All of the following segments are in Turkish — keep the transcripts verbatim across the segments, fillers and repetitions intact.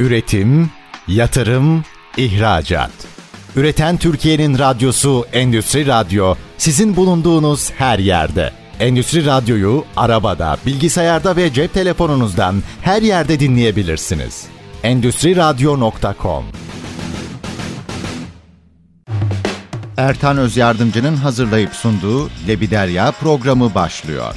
Üretim, yatırım, ihracat. Üreten Türkiye'nin radyosu Endüstri Radyo, sizin bulunduğunuz her yerde. Endüstri Radyo'yu arabada, bilgisayarda ve cep telefonunuzdan her yerde dinleyebilirsiniz. endüstri radyo nokta com. Ertan Özyardımcı'nın hazırlayıp sunduğu Lebiderya programı başlıyor.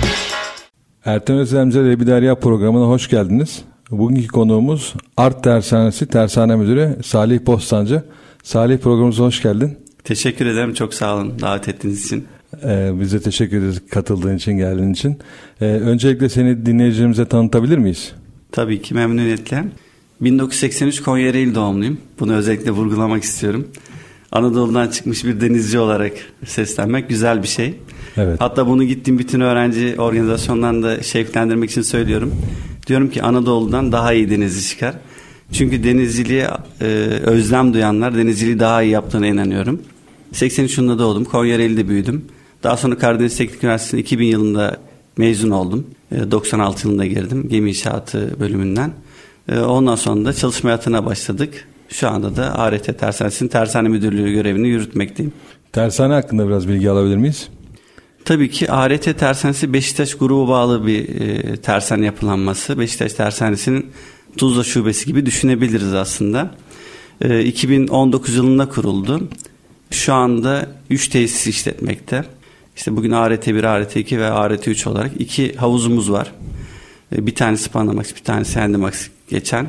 Ertan Özyardımcı Lebiderya programına hoş geldiniz. Bugünkü konuğumuz Art Tersanesi Tersane Müdürü Salih Bostancı. Salih, programımıza hoş geldin. Teşekkür ederim. Çok sağ olun davet ettiğiniz için. Ee, biz de teşekkür ederiz katıldığın için, geldiğin için. Ee, öncelikle seni dinleyicilerimize tanıtabilir miyiz? Tabii ki, memnuniyetle. bin dokuz yüz seksen üç Konya Ereğli doğumluyum. Bunu özellikle vurgulamak istiyorum. Anadolu'dan çıkmış bir denizci olarak seslenmek güzel bir şey. Evet. Hatta bunu gittiğim bütün öğrenci organizasyonlarında da şevklendirmek için söylüyorum. Diyorum ki Anadolu'dan daha iyi denizci çıkar. Çünkü denizciliğe e, özlem duyanlar denizciliği daha iyi yaptığına inanıyorum. seksen üç yılında doğdum. Konya Ereğli'de büyüdüm. Daha sonra Karadeniz Teknik Üniversitesi'nde iki bin yılında mezun oldum. E, doksan altı yılında girdim gemi inşaatı bölümünden. E, ondan sonra da çalışma hayatına başladık. Şu anda da A R T Tersanesi'nin Tersane Müdürlüğü görevini yürütmekteyim. Tersane hakkında biraz bilgi alabilir miyiz? Tabii ki A R T Tersanesi Beşiktaş grubu bağlı bir e, tersane yapılanması. Beşiktaş Tersanesi'nin Tuzla şubesi gibi düşünebiliriz aslında. E, iki bin on dokuz yılında kuruldu. Şu anda üç tesis işletmekte. İşte bugün A R T bir, A R T iki ve A R T üç olarak iki havuzumuz var. E, bir tanesi Panamax, bir tanesi Handymax geçen.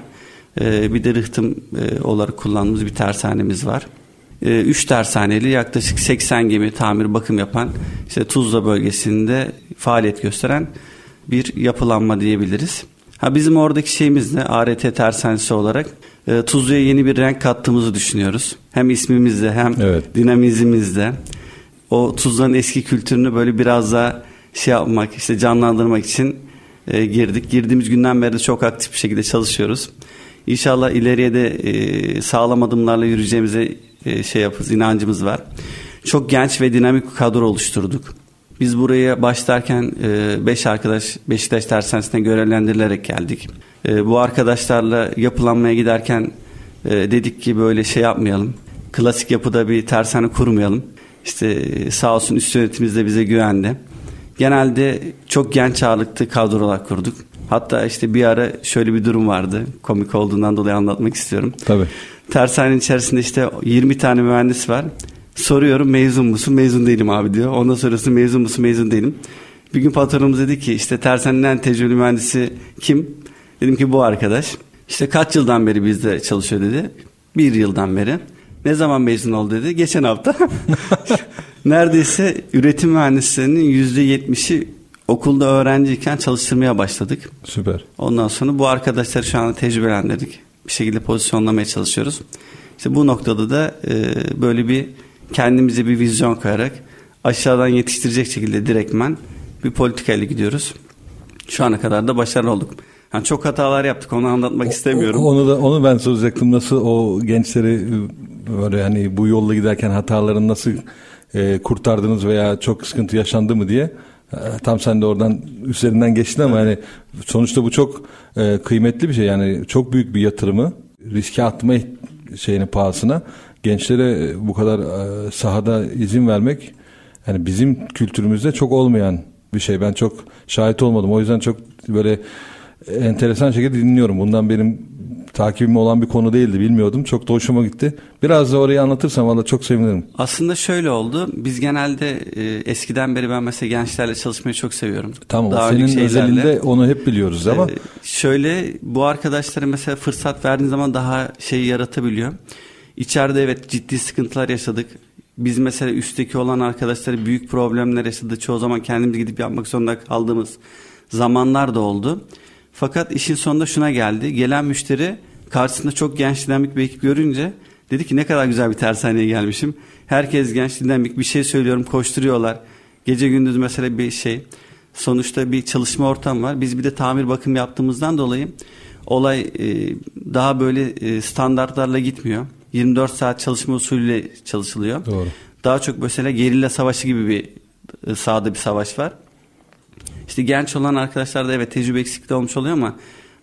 E, bir de rıhtım e, olarak kullandığımız bir tersanemiz var. Üç tersaneli yaklaşık seksen gemi tamir bakım yapan, işte Tuzla bölgesinde faaliyet gösteren bir yapılanma diyebiliriz. Ha, bizim oradaki şeyimiz ne? A R T Tersanesi olarak e, Tuzla'ya yeni bir renk kattığımızı düşünüyoruz. Hem ismimizde hem evet. dinamizmimizde. O Tuzla'nın eski kültürünü böyle biraz daha şey yapmak, işte canlandırmak için e, girdik. Girdiğimiz günden beri de çok aktif bir şekilde çalışıyoruz. İnşallah ileriye de e, sağlam adımlarla yürüyeceğimize e, şey yapız, inancımız var. Çok genç ve dinamik bir kadro oluşturduk. Biz buraya başlarken beş e, arkadaş Beşiktaş Tersanesi'ne görevlendirilerek geldik. E, bu arkadaşlarla yapılanmaya giderken e, dedik ki böyle şey yapmayalım. Klasik yapıda bir tersane kurmayalım. İşte e, sağ olsun üst yönetimimiz de bize güvendi. Genelde çok genç ağırlıklı kadrolar kurduk. Hatta işte bir ara şöyle bir durum vardı. Komik olduğundan dolayı anlatmak istiyorum. Tabii. Tersanenin içerisinde işte yirmi tane mühendis var. Soruyorum, mezun musun? Mezun değilim abi diyor. Ondan sonrası mezun musun? Mezun değilim. Bir gün patronumuz dedi ki işte tersanenin en tecrübeli mühendisi kim? Dedim ki bu arkadaş. İşte kaç yıldan beri bizde çalışıyor dedi. Bir yıldan beri. Ne zaman mezun oldu dedi. Geçen hafta. Neredeyse üretim mühendislerinin yüzde yetmişi okulda öğrenciyken çalıştırmaya başladık. Süper. Ondan sonra bu arkadaşları şu anda tecrübelendirdik. Bir şekilde pozisyonlamaya çalışıyoruz. İşte bu noktada da e, böyle bir kendimize bir vizyon koyarak aşağıdan yetiştirecek şekilde direktmen bir politikayla gidiyoruz. Şu ana kadar da başarılı olduk. Yani çok hatalar yaptık, onu anlatmak o, istemiyorum. Onu da onu ben soracaktım. Nasıl o gençleri böyle hani bu yolla giderken hatalarını nasıl e, kurtardınız veya çok sıkıntı yaşandı mı diye. Tam sen de oradan üzerinden geçtin ama yani sonuçta bu çok e, kıymetli bir şey. Yani çok büyük bir yatırımı riske atma şeyine pahasına gençlere bu kadar e, sahada izin vermek yani bizim kültürümüzde çok olmayan bir şey. Ben çok şahit olmadım. O yüzden çok böyle enteresan şekilde dinliyorum. Bundan benim takibim olan bir konu değildi. Bilmiyordum. Çok da hoşuma gitti. Biraz da orayı anlatırsam valla çok sevinirim. Aslında şöyle oldu. Biz genelde e, eskiden beri ben mesela gençlerle çalışmayı çok seviyorum. Tamam. Daha senin özelinde onu hep biliyoruz ama. E, şöyle bu arkadaşlara mesela fırsat verdiğin zaman daha şey yaratabiliyor. İçeride evet ciddi sıkıntılar yaşadık. Biz mesela üstteki olan arkadaşları büyük problemler yaşadı. Çoğu zaman kendimiz gidip yapmak zorunda kaldığımız zamanlar da oldu. Fakat işin sonunda şuna geldi. Gelen müşteri karşısında çok genç dinamik bir ekip görünce dedi ki ne kadar güzel bir tersaneye gelmişim. Herkes genç dinamik, bir şey söylüyorum, koşturuyorlar. Gece gündüz mesela bir şey. Sonuçta bir çalışma ortamı var. Biz bir de tamir bakım yaptığımızdan dolayı olay e, daha böyle e, standartlarla gitmiyor. yirmi dört saat çalışma usulüyle çalışılıyor. Doğru. Daha çok mesela gerilla savaşı gibi bir e, sahada bir savaş var. İşte genç olan arkadaşlarda evet tecrübe eksikliği olmuş oluyor ama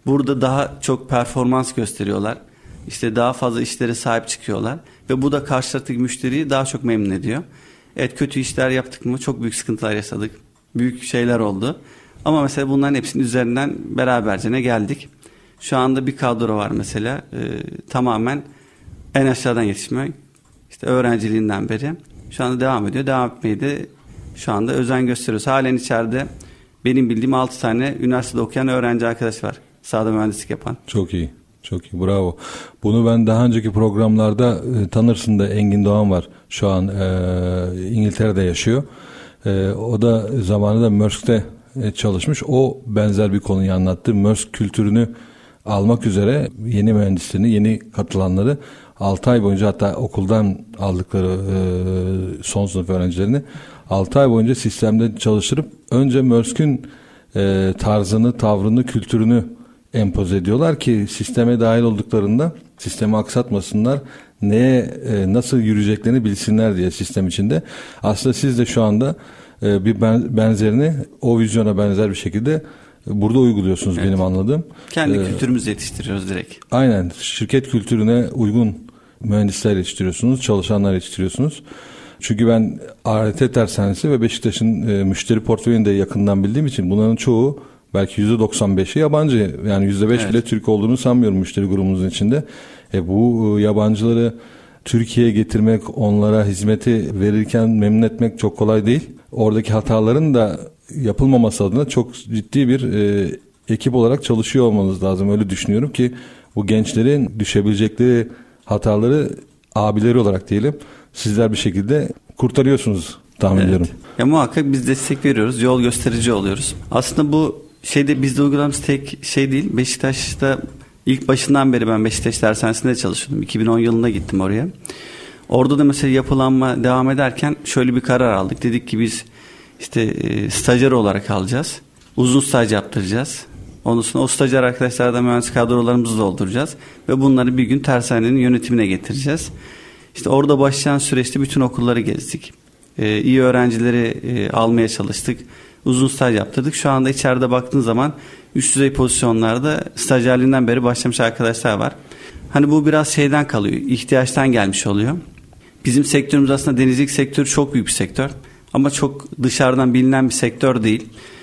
Burada daha çok performans gösteriyorlar. İşte daha fazla işlere sahip çıkıyorlar. Ve bu da karşıdaki müşteriyi daha çok memnun ediyor. Evet, kötü işler yaptık mı çok büyük sıkıntılar yaşadık. Büyük şeyler oldu. Ama mesela bunların hepsinin üzerinden beraberce ne geldik. Şu anda bir kadro var mesela. E, tamamen en aşağıdan yetişmiyor. İşte öğrenciliğinden beri. Şu anda devam ediyor. Devam etmeyi de şu anda özen gösteriyoruz. Halen içeride benim bildiğim altı tane üniversitede okuyan öğrenci arkadaş var. Sahada mühendislik yapan. Çok iyi. Çok iyi. Bravo. Bunu ben daha önceki programlarda e, tanırsın da Engin Doğan var. Şu an e, İngiltere'de yaşıyor. E, o da zamanında Maersk'te e, çalışmış. O benzer bir konuyu anlattı. Maersk kültürünü almak üzere yeni mühendislerini, yeni katılanları altı ay boyunca, hatta okuldan aldıkları e, son sınıf öğrencilerini altı ay boyunca sistemde çalıştırıp önce Maersk'ün e, tarzını, tavrını, kültürünü empoze ediyorlar ki sisteme dahil olduklarında sistemi aksatmasınlar, neye e, nasıl yürüyeceklerini bilsinler diye sistem içinde. Aslında siz de şu anda e, bir ben, benzerini, o vizyona benzer bir şekilde burada uyguluyorsunuz, evet. Benim anladığım. Kendi ee, kültürümüzü yetiştiriyoruz direkt. Aynen. Şirket kültürüne uygun mühendisler yetiştiriyorsunuz, çalışanlar yetiştiriyorsunuz. Çünkü ben A R T Tersanesi ve Beşiktaş'ın e, müşteri portföyünü de yakından bildiğim için bunların çoğu, belki yüzde doksan beşi yabancı. Yani yüzde beş evet. bile Türk olduğunu sanmıyorum müşteri grubumuzun içinde. E, bu e, yabancıları Türkiye'ye getirmek, onlara hizmeti verirken memnun etmek çok kolay değil. Oradaki hataların da yapılmaması adına çok ciddi bir e, ekip olarak çalışıyor olmanız lazım. Öyle düşünüyorum ki bu gençlerin düşebilecekleri hataları abileri olarak diyelim, sizler bir şekilde kurtarıyorsunuz tahmin evet. ediyorum. Ya muhakkak biz destek veriyoruz, yol gösterici oluyoruz. Aslında bu şeyde bizde uyguladığımız tek şey değil. Beşiktaş'ta ilk başından beri ben Beşiktaş Tersanesi'nde çalışıyordum. iki bin on yılında gittim oraya. Orada da mesela yapılanma devam ederken şöyle bir karar aldık. Dedik ki biz işte e, stajyer olarak alacağız. Uzun staj yaptıracağız. Ondan sonra o stajyer arkadaşlardan mühendis kadrolarımızı dolduracağız. Ve bunları bir gün tersanenin yönetimine getireceğiz. İşte orada başlayan süreçte bütün okulları gezdik. Ee, iyi öğrencileri e, almaya çalıştık. Uzun staj yaptırdık. Şu anda içeride baktığın zaman üst düzey pozisyonlarda stajyerliğinden beri başlamış arkadaşlar var. Hani bu biraz şeyden kalıyor. İhtiyaçtan gelmiş oluyor. Bizim sektörümüz aslında denizcilik sektörü çok büyük bir sektör. Ama çok dışarıdan bilinen bir sektör değil.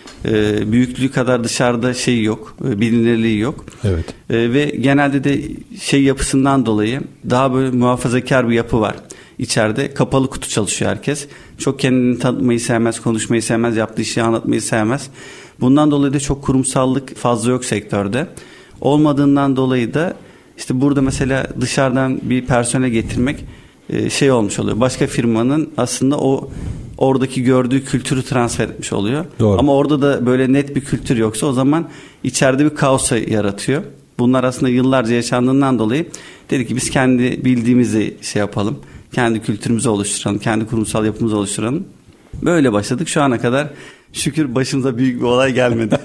Ee, büyüklüğü kadar dışarıda şey yok, bilinirliği yok. Evet. Ee, ve genelde de şey yapısından dolayı daha böyle muhafazakar bir yapı var. İçeride kapalı kutu çalışıyor herkes. Çok kendini tanıtmayı sevmez, konuşmayı sevmez, yaptığı işi anlatmayı sevmez. Bundan dolayı da çok kurumsallık fazla yok sektörde. Olmadığından dolayı da işte burada mesela dışarıdan bir personel getirmek e, şey olmuş oluyor. Başka firmanın aslında o oradaki gördüğü kültürü transfer etmiş oluyor. Doğru. Ama orada da böyle net bir kültür yoksa o zaman içeride bir kaos yaratıyor. Bunlar aslında yıllarca yaşandığından dolayı dedik ki biz kendi bildiğimizi şey yapalım. Kendi kültürümüzü oluşturalım. Kendi kurumsal yapımızı oluşturalım. Böyle başladık. Şu ana kadar şükür başımıza büyük bir olay gelmedi.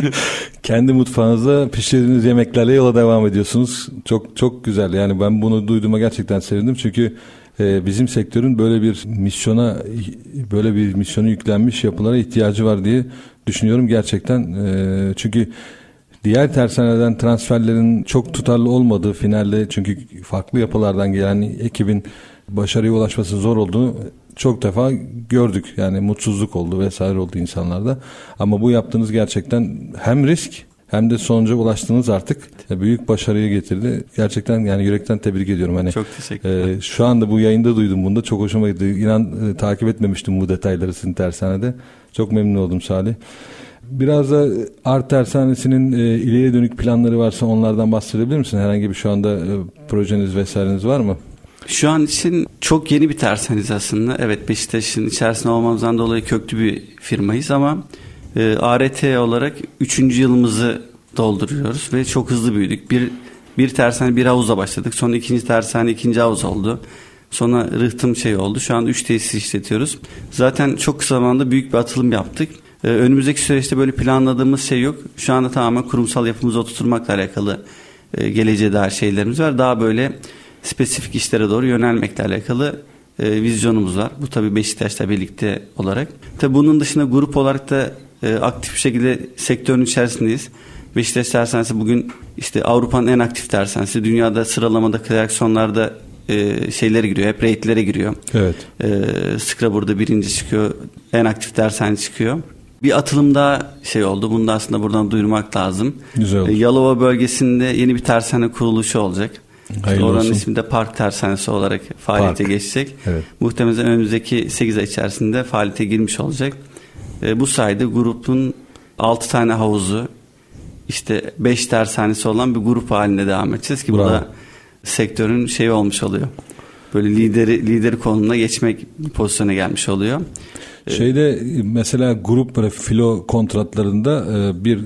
Kendi mutfağınızda pişirdiğiniz yemeklerle yola devam ediyorsunuz. Çok çok güzel. Yani ben bunu duyduğuma gerçekten sevindim. Çünkü e, bizim sektörün böyle bir misyona böyle bir misyonu yüklenmiş yapılara ihtiyacı var diye düşünüyorum gerçekten. E, çünkü diğer tersaneden transferlerin çok tutarlı olmadığı finalde, çünkü farklı yapılardan gelen ekibin başarıya ulaşması zor olduğunu çok defa gördük. Yani mutsuzluk oldu vesaire oldu insanlarda. Ama bu yaptığınız gerçekten hem risk hem de sonuca ulaştığınız artık büyük başarıya getirdi. Gerçekten yani yürekten tebrik ediyorum. Hani çok teşekkür ederim. E, şu anda bu yayında duydum bunu da, çok hoşuma gitti. İnan e, takip etmemiştim bu detayları sizin tersanede. Çok memnun oldum Salih. Biraz da Art Tersanesi'nin e, ileriye dönük planları varsa onlardan bahsedebilir misin? Herhangi bir şu anda e, projeniz vesaireniz var mı? Şu an için çok yeni bir tersanemiz aslında. Evet, Beşiktaş'ın içerisinde olmamızdan dolayı köklü bir firmayız ama e, A R T olarak üçüncü yılımızı dolduruyoruz ve çok hızlı büyüdük. Bir, bir tersane bir havuzla başladık. Sonra ikinci tersane ikinci havuz oldu. Sonra rıhtım şey oldu. Şu an üç tesis işletiyoruz. Zaten çok kısa zamanda büyük bir atılım yaptık. Ee, önümüzdeki süreçte böyle planladığımız şey yok. Şu anda tamamen kurumsal yapımızı oturtmakla alakalı e, geleceğe dair şeylerimiz var. Daha böyle spesifik işlere doğru yönelmekle alakalı e, vizyonumuz var. Bu tabii Beşiktaş'la birlikte olarak. Tabii bunun dışında grup olarak da e, aktif bir şekilde sektörün içerisindeyiz. Beşiktaş Tersanesi bugün işte Avrupa'nın en aktif tersanesi. Dünyada sıralamada reaksiyonlarda e, şeylere giriyor. Hep rate'lere giriyor. Evet. E, Scrabber'da birinci çıkıyor. En aktif tershane çıkıyor. Bir atılım daha şey oldu. Bunu da aslında buradan duyurmak lazım. Güzel. E, Yalova bölgesinde yeni bir tersane kuruluşu olacak. Hayırlı Oranın olsun. ismi de Park Tersanesi olarak faaliyete Park. geçecek. Evet. Muhtemelen önümüzdeki sekiz ay içerisinde faaliyete girmiş olacak. E, bu sayede grubun altı tane havuzu, işte beş tersanesi olan bir grup halinde devam edeceğiz ki Bravo. bu da sektörün şeyi olmuş oluyor. Böyle lideri lideri konumuna geçmek pozisyona gelmiş oluyor. Şeyde mesela grup böyle filo kontratlarında bir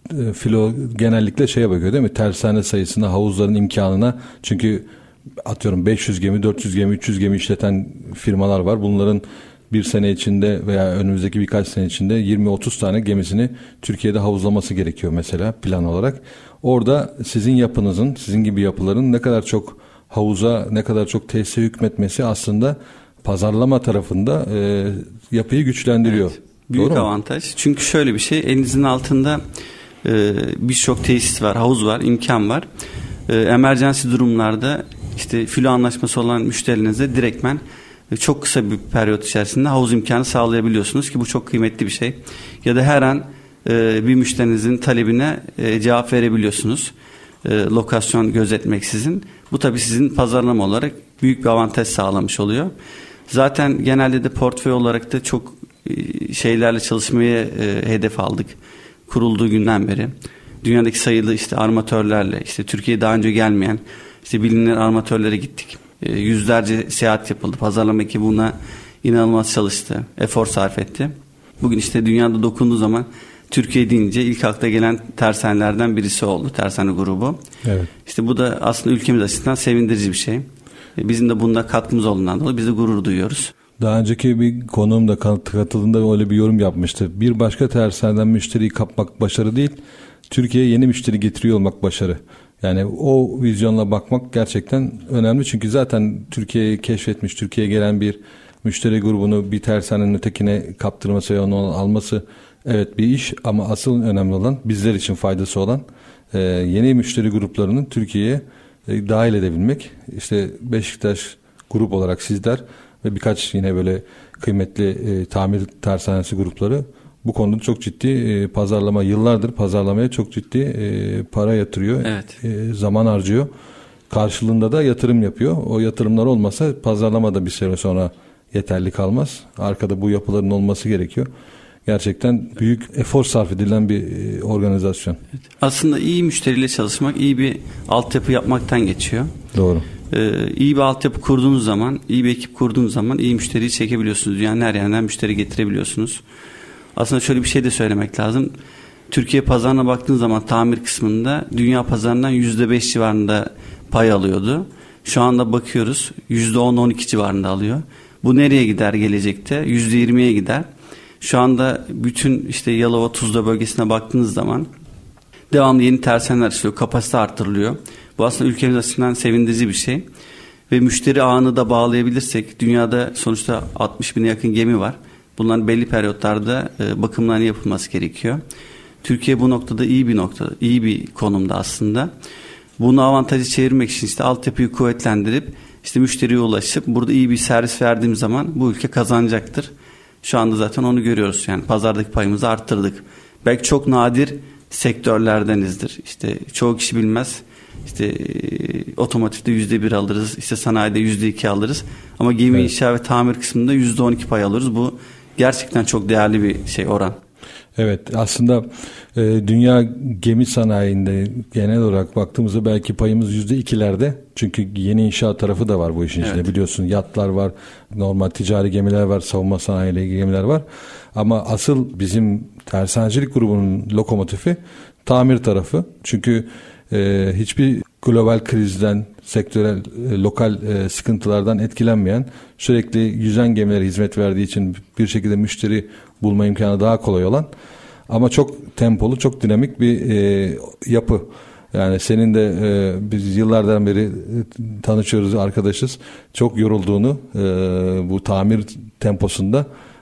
filo genellikle şeye bakıyor değil mi? Tersane sayısına, havuzların imkanına. Çünkü atıyorum beş yüz gemi, dört yüz gemi, üç yüz gemi işleten firmalar var. Bunların bir sene içinde veya önümüzdeki birkaç sene içinde yirmi otuz tane gemisini Türkiye'de havuzlaması gerekiyor mesela plan olarak. Orada sizin yapınızın, sizin gibi yapıların ne kadar çok havuza, ne kadar çok tesise hükmetmesi aslında pazarlama tarafında e, yapıyı güçlendiriyor. Evet, büyük Doğru avantaj. Mu? Çünkü şöyle bir şey, elinizin altında e, birçok tesis var, havuz var, imkan var. E, emergency durumlarda işte filo anlaşması olan müşterilerinize direktmen çok kısa bir periyot içerisinde havuz imkanı sağlayabiliyorsunuz ki bu çok kıymetli bir şey. Ya da her an e, bir müşterinizin talebine e, cevap verebiliyorsunuz. E, lokasyon gözetmeksizin. Bu tabii sizin pazarlama olarak büyük bir avantaj sağlamış oluyor. Zaten genelde de portföy olarak da çok e, şeylerle çalışmaya e, hedef aldık. Kurulduğu günden beri. Dünyadaki sayılı işte armatörlerle, işte Türkiye'ye daha önce gelmeyen işte bilinen armatörlere gittik. Yüzlerce seyahat yapıldı. Pazarlama ekibi buna inanılmaz çalıştı. Efor sarf etti. Bugün işte dünyada dokunduğu zaman Türkiye deyince ilk akla gelen tersanelerden birisi oldu. Tersane grubu. Evet. İşte bu da aslında ülkemiz açısından sevindirici bir şey. Bizim de bunda katkımız olduğundan dolayı biz de gurur duyuyoruz. Daha önceki bir konuğum da katıldığında öyle bir yorum yapmıştı. Bir başka tersaneden müşteriyi kapmak başarı değil, Türkiye'ye yeni müşteri getiriyor olmak başarı. Yani o vizyonla bakmak gerçekten önemli. Çünkü zaten Türkiye'yi keşfetmiş, Türkiye'ye gelen bir müşteri grubunu bir tersanenin ötekine kaptırması ve onu alması evet bir iş. Ama asıl önemli olan, bizler için faydası olan e, yeni müşteri gruplarının Türkiye'ye e, dahil edebilmek. İşte Beşiktaş grup olarak sizler ve birkaç yine böyle kıymetli e, tamir tersanesi grupları bu konuda çok ciddi e, pazarlama, yıllardır pazarlamaya çok ciddi e, para yatırıyor, evet. e, zaman harcıyor. Karşılığında da yatırım yapıyor. O yatırımlar olmasa pazarlama da bir süre sonra yeterli kalmaz. Arkada bu yapıların olması gerekiyor. Gerçekten büyük efor sarf edilen bir e, organizasyon. Evet. Aslında iyi müşteriyle çalışmak, iyi bir altyapı yapmaktan geçiyor. Doğru. Ee, iyi bir altyapı kurduğunuz zaman, iyi bir ekip kurduğunuz zaman iyi müşteriyi çekebiliyorsunuz. Dünyanın her yerinden müşteri getirebiliyorsunuz. Aslında şöyle bir şey de söylemek lazım. Türkiye pazarına baktığın zaman tamir kısmında dünya pazarından yüzde beş civarında pay alıyordu. Şu anda bakıyoruz yüzde on on iki civarında alıyor. Bu nereye gider gelecekte? yüzde yirmiye gider. Şu anda bütün işte Yalova, Tuzla bölgesine baktığınız zaman devamlı yeni tersaneler açılıyor. Kapasite artırılıyor. Bu aslında ülkemiz açısından sevindirici bir şey. Ve müşteri ağını da bağlayabilirsek, dünyada sonuçta altmış bine yakın gemi var. Bunların belli periyotlarda e, bakımlarının yapılması gerekiyor. Türkiye bu noktada iyi bir nokta, iyi bir konumda aslında. Bunu avantajı çevirmek için işte altyapıyı kuvvetlendirip işte müşteriye ulaşıp burada iyi bir servis verdiğim zaman bu ülke kazanacaktır. Şu anda zaten onu görüyoruz. Yani pazardaki payımızı arttırdık. Belki çok nadir sektörlerdenizdir. İşte çoğu kişi bilmez. İşte e, otomotivde yüzde bir alırız. İşte sanayide yüzde iki alırız. Ama gemi evet. inşa ve tamir kısmında yüzde on iki pay alırız. Bu gerçekten çok değerli bir şey, oran. Evet, aslında e, dünya gemi sanayinde genel olarak baktığımızda belki payımız yüzde ikilerde. Çünkü yeni inşaat tarafı da var bu işin evet. içinde, biliyorsun. Yatlar var, normal ticari gemiler var, savunma sanayiyle ilgili gemiler var. Ama asıl bizim tersanecilik grubunun lokomotifi tamir tarafı. Çünkü e, hiçbir global krizden, sektörel, e, lokal e, sıkıntılardan etkilenmeyen, sürekli yüzen gemilere hizmet verdiği için bir şekilde müşteri bulma imkanı daha kolay olan ama çok tempolu, çok dinamik bir e, yapı. Yani senin de e, biz yıllardan beri e, tanışıyoruz, arkadaşız. Çok yorulduğunu e, bu tamir temposunda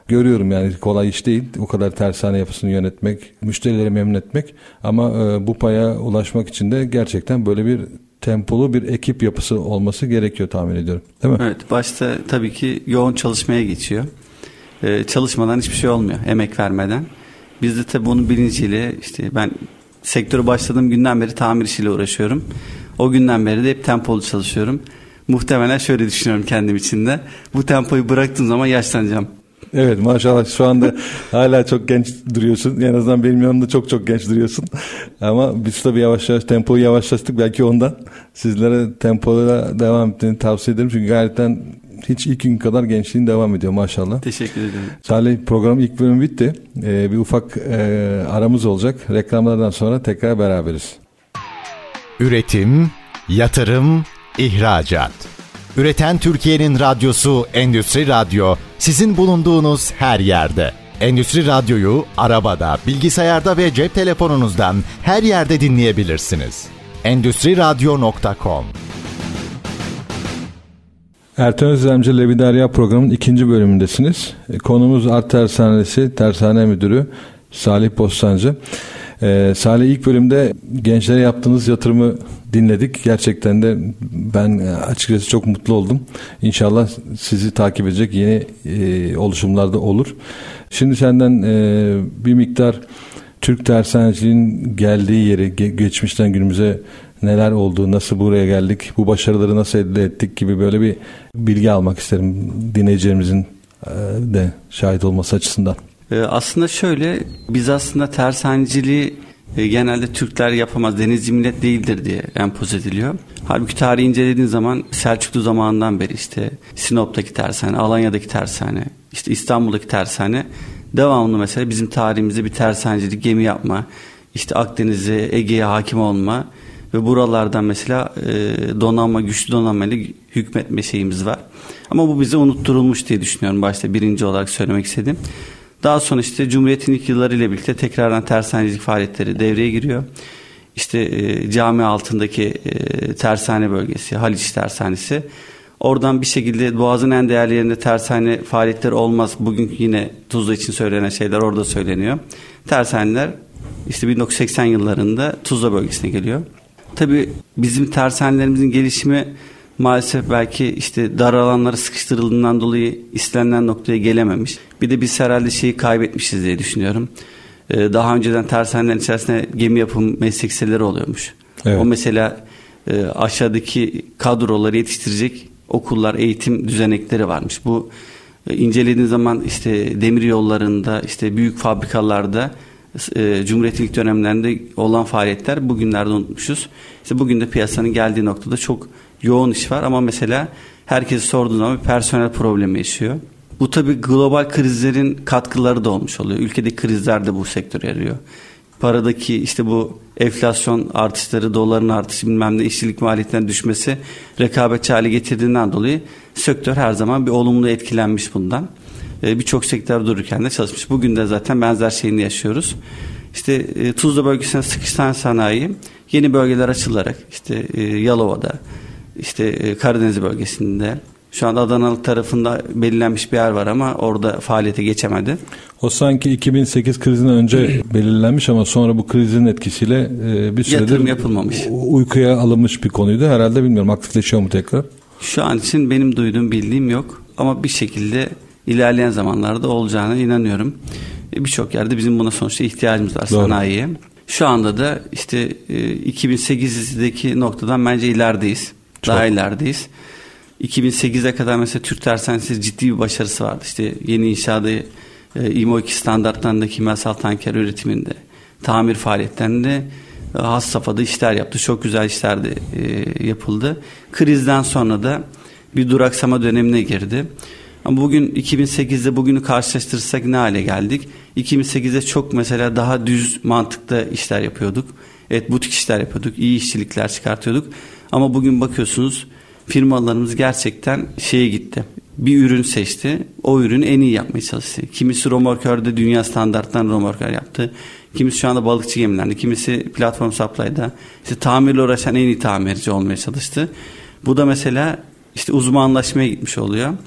görüyorum yani kolay iş değil. O kadar tersane yapısını yönetmek, müşterileri memnun etmek ama e, bu paya ulaşmak için de gerçekten böyle bir tempolu bir ekip yapısı olması gerekiyor tahmin ediyorum. Değil mi? Evet, başta tabii ki yoğun çalışmaya geçiyor. Ee, çalışmadan hiçbir şey olmuyor, emek vermeden. Biz de tabii bunun bilinciyle, işte ben sektöre başladığım günden beri tamir işiyle uğraşıyorum. O günden beri de hep tempolu çalışıyorum. Muhtemelen şöyle düşünüyorum kendim için de. Bu tempoyu bıraktığım zaman yaşlanacağım. Evet, maşallah şu anda hala çok genç duruyorsun. En azından benim yanımda çok çok genç duruyorsun. Ama biz tabii yavaş yavaş tempoyu yavaşlattık. Belki ondan sizlere tempoda devam ettiğini tavsiye ederim. Çünkü gayretten hiç ilk gün kadar gençliğin devam ediyor maşallah. Teşekkür ederim. Salih, programın ilk bölümü bitti. Ee, bir ufak e, aramız olacak. Reklamlardan sonra tekrar beraberiz. Üretim, yatırım, ihracat. Üreten Türkiye'nin radyosu Endüstri Radyo, sizin bulunduğunuz her yerde. Endüstri Radyo'yu arabada, bilgisayarda ve cep telefonunuzdan her yerde dinleyebilirsiniz. endüstri radyo nokta com. Ertan Özlemci Leviderya programının ikinci bölümündesiniz. Konumuz Art Tersanesi Tersane Müdürü Salih Bostancı. Ee, Salih, ilk bölümde gençlere yaptığınız yatırımı dinledik. Gerçekten de ben açıkçası çok mutlu oldum. İnşallah sizi takip edecek yeni e, oluşumlar da olur. Şimdi senden e, bir miktar Türk tersaneciliğin geldiği yeri, ge- geçmişten günümüze neler oldu, nasıl buraya geldik, bu başarıları nasıl elde ettik gibi böyle bir bilgi almak isterim dinleyicilerimizin e, de şahit olması açısından. Ee, aslında şöyle, biz aslında tersaneciliği e, genelde Türkler yapamaz, denizci millet değildir diye empoze ediliyor. Halbuki tarihi incelediğin zaman Selçuklu zamanından beri işte Sinop'taki tersane, Alanya'daki tersane, işte İstanbul'daki tersane devamlı mesela bizim tarihimizde bir tersanecilik, gemi yapma, işte Akdeniz'e, Ege'ye hakim olma ve buralardan mesela e, donanma, güçlü donanmayla hükmetme şeyimiz var. Ama bu bize unutturulmuş diye düşünüyorum, başta birinci olarak söylemek istedim. Daha sonra işte Cumhuriyet'in ilk yılları ile birlikte tekrardan tersanecilik faaliyetleri devreye giriyor. İşte e, cami altındaki e, tersane bölgesi, Haliç Tersanesi. Oradan bir şekilde Boğaz'ın en değerli yerinde tersane faaliyetleri olmaz. Bugün yine Tuzla için söylenen şeyler orada söyleniyor. Tersaneler işte bin dokuz yüz seksen yıllarında Tuzla bölgesine geliyor. Tabii bizim tersanelerimizin gelişimi maalesef belki işte dar alanlara sıkıştırıldığından dolayı istenilen noktaya gelememiş. Bir de biz herhalde şeyi kaybetmişiz diye düşünüyorum. Ee, daha önceden tersanelerin içerisinde gemi yapım meslek liseleri oluyormuş. Evet. O mesela e, aşağıdaki kadroları yetiştirecek okullar, eğitim düzenekleri varmış. Bu e, incelediğin zaman işte demir yollarında, işte büyük fabrikalarda e, Cumhuriyet'in ilk dönemlerinde olan faaliyetler bugünlerde unutmuşuz. İşte bugün de piyasanın geldiği noktada çok yoğun iş var ama mesela herkese sorduğu zaman bir personel problemi yaşıyor. Bu tabii global krizlerin katkıları da olmuş oluyor. Ülkedeki krizler de bu sektöre yarıyor. Paradaki işte bu enflasyon artışları, doların artışı, bilmem ne, işçilik maliyetlerinin düşmesi rekabetçi hale getirdiğinden dolayı sektör her zaman bir olumlu etkilenmiş bundan. Ee, birçok sektör dururken de çalışmış. Bugün de zaten benzer şeyini yaşıyoruz. İşte e, Tuzla bölgesine sıkışan sanayi yeni bölgeler açılarak işte e, Yalova'da, işte e, Karadeniz bölgesinde, şu anda Adanalık tarafında belirlenmiş bir yer var ama orada faaliyete geçemedi. O sanki iki bin sekiz krizinden önce belirlenmiş ama sonra bu krizin etkisiyle e, bir süredir yatırım yapılmamış. Uykuya alınmış bir konuydu. Herhalde bilmiyorum, aktifleşiyor mu tekrar? Şu an için benim duyduğum, bildiğim yok ama bir şekilde ilerleyen zamanlarda olacağına inanıyorum. E, birçok yerde bizim buna sonuçta ihtiyacımız var, sanayiye. Şu anda da işte e, iki bin sekizdeki noktadan bence ilerideyiz. Çok. Daha ilerideyiz. iki bin sekize kadar mesela Türk Tersanesi ciddi bir başarısı vardı. İşte yeni inşaatı, e, İ M O iki standartlarında kimyasal tanker üretiminde, tamir faaliyetlerinde e, has safhada işler yaptı. Çok güzel işler de e, yapıldı. Krizden sonra da bir duraksama dönemine girdi. Ama bugün iki bin sekizde bugünü karşılaştırırsak ne hale geldik? iki bin sekizde çok mesela daha düz mantıkta işler yapıyorduk. Evet, butik işler yapıyorduk. İyi işçilikler çıkartıyorduk. Ama bugün bakıyorsunuz firmalarımız gerçekten şeye gitti. Bir ürün seçti. O ürünü en iyi yapmaya çalıştı. Kimisi romorkörde dünya standarttan romorkör yaptı. Kimisi şu anda balıkçı gemilerde. Kimisi platform supply'da. İşte tamirle uğraşan en iyi tamirci olmaya çalıştı. Bu da mesela işte uzmanlaşmaya gitmiş oluyor.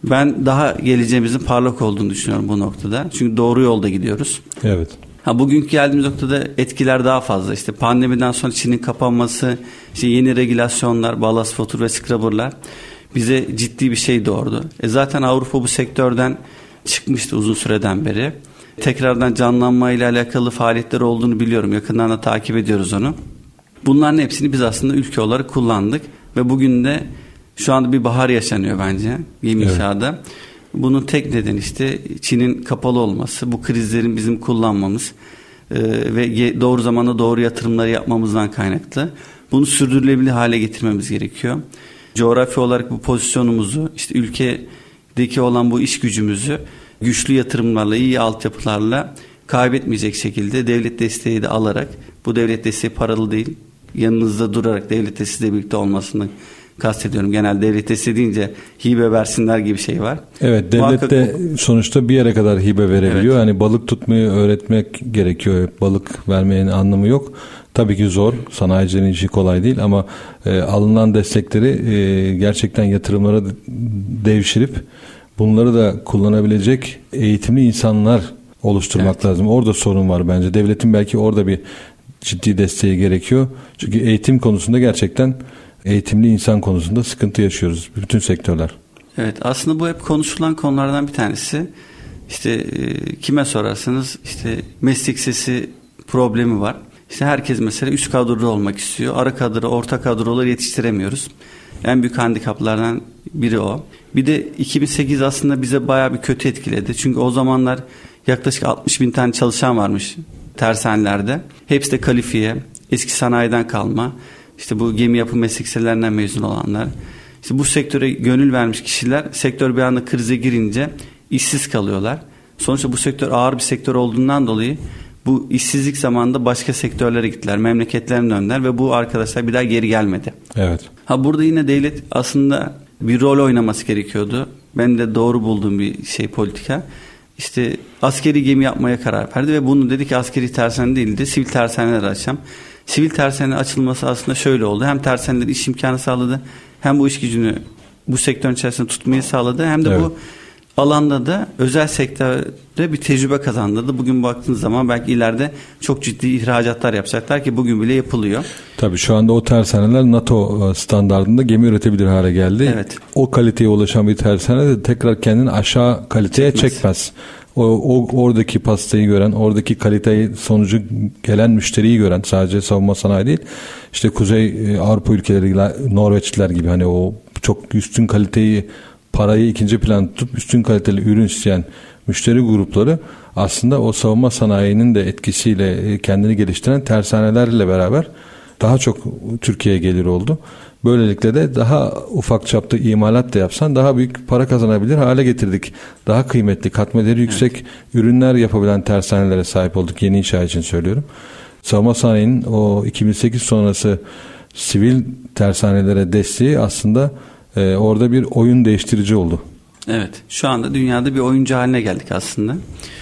Ben daha geleceğimizin parlak olduğunu düşünüyorum bu noktada. Çünkü doğru yolda gidiyoruz. Evet. Ha, bugünkü geldiğimiz noktada etkiler daha fazla. İşte pandemiden sonra Çin'in kapanması, işte yeni regülasyonlar, ballast water ve scrubber'lar bize ciddi bir şey doğurdu. E zaten Avrupa bu sektörden çıkmıştı uzun süreden beri. Tekrardan canlanmayla alakalı faaliyetler olduğunu biliyorum. Yakından da takip ediyoruz onu. Bunların hepsini biz aslında ülke olarak kullandık ve bugün de şu anda bir bahar yaşanıyor bence gemi inşaada. Evet. Bunun tek nedeni işte Çin'in kapalı olması, bu krizlerin bizim kullanmamız e, ve doğru zamanda doğru yatırımları yapmamızdan kaynaklı. Bunu sürdürülebilir hale getirmemiz gerekiyor. Coğrafi olarak bu pozisyonumuzu, işte ülkedeki olan bu iş gücümüzü güçlü yatırımlarla, iyi altyapılarla kaybetmeyecek şekilde devlet desteği de alarak, bu devlet desteği paralı değil, yanınızda durarak devlet desteğiyle birlikte olmasını kastediyorum. Genel devlet desteği deyince hibe versinler gibi şey var. Evet, devlet de bu... sonuçta bir yere kadar hibe verebiliyor. Evet. Hani balık tutmayı öğretmek gerekiyor. Balık vermenin anlamı yok. Tabii ki zor. Sanayicilerin işi kolay değil ama e, alınan destekleri e, gerçekten yatırımlara devşirip bunları da kullanabilecek eğitimli insanlar oluşturmak evet. lazım. Orada sorun var bence. Devletin belki orada bir ciddi desteği gerekiyor. Çünkü eğitim konusunda gerçekten eğitimli insan konusunda sıkıntı yaşıyoruz. Bütün sektörler. Evet, aslında bu hep konuşulan konulardan bir tanesi. İşte e, kime sorarsanız işte meslek sesi problemi var. İşte herkes mesela üst kadroda olmak istiyor. Ara kadro, orta kadroları yetiştiremiyoruz. En büyük handikaplardan biri o. Bir de iki bin sekiz aslında bize bayağı bir kötü etkiledi. Çünkü o zamanlar yaklaşık altmış bin tane çalışan varmış tersanelerde. Hepsi de kalifiye, eski sanayiden kalma. İşte bu gemi yapı meslek liselerinden mezun olanlar. İşte bu sektöre gönül vermiş kişiler sektör bir anda krize girince işsiz kalıyorlar. Sonuçta bu sektör ağır bir sektör olduğundan dolayı bu işsizlik zamanında başka sektörlere gittiler. Memleketlerine döndüler ve bu arkadaşlar bir daha geri gelmedi. Evet. Ha, burada yine devlet aslında bir rol oynaması gerekiyordu. Ben de doğru bulduğum bir şey politika. İşte askeri gemi yapmaya karar verdi ve bunu dedi ki askeri tersane değil de sivil tersaneler açacağım. Sivil tersanenin açılması aslında şöyle oldu. Hem tersaneler iş imkanı sağladı, hem bu iş gücünü bu sektörün içerisinde tutmayı sağladı, hem de evet. bu alanda da özel sektörde bir tecrübe kazandırdı. Bugün baktığınız zaman belki ileride çok ciddi ihracatlar yapacaklar ki bugün bile yapılıyor. Tabii şu anda o tersaneler NATO standardında gemi üretebilir hale geldi. Evet. O kaliteye ulaşan bir tersane de tekrar kendini aşağı kaliteye çekmez. çekmez. O, o oradaki pastayı gören, oradaki kaliteyi sonucu gelen müşteriyi gören, sadece savunma sanayi değil. İşte Kuzey Avrupa ülkeleri, Norveçliler gibi hani o çok üstün kaliteyi, parayı ikinci plan tutup üstün kaliteli ürün isteyen müşteri grupları aslında o savunma sanayinin de etkisiyle kendini geliştiren tersanelerle beraber daha çok Türkiye'ye gelir oldu. Böylelikle de daha ufak çapta imalat da yapsan daha büyük para kazanabilir hale getirdik. Daha kıymetli, katma değeri yüksek evet. ürünler yapabilen tersanelere sahip olduk. Yeni inşa için söylüyorum. Savunma sanayinin o iki bin sekiz sonrası sivil tersanelere desteği aslında e, orada bir oyun değiştirici oldu. Evet. Şu anda dünyada bir oyuncu haline geldik aslında.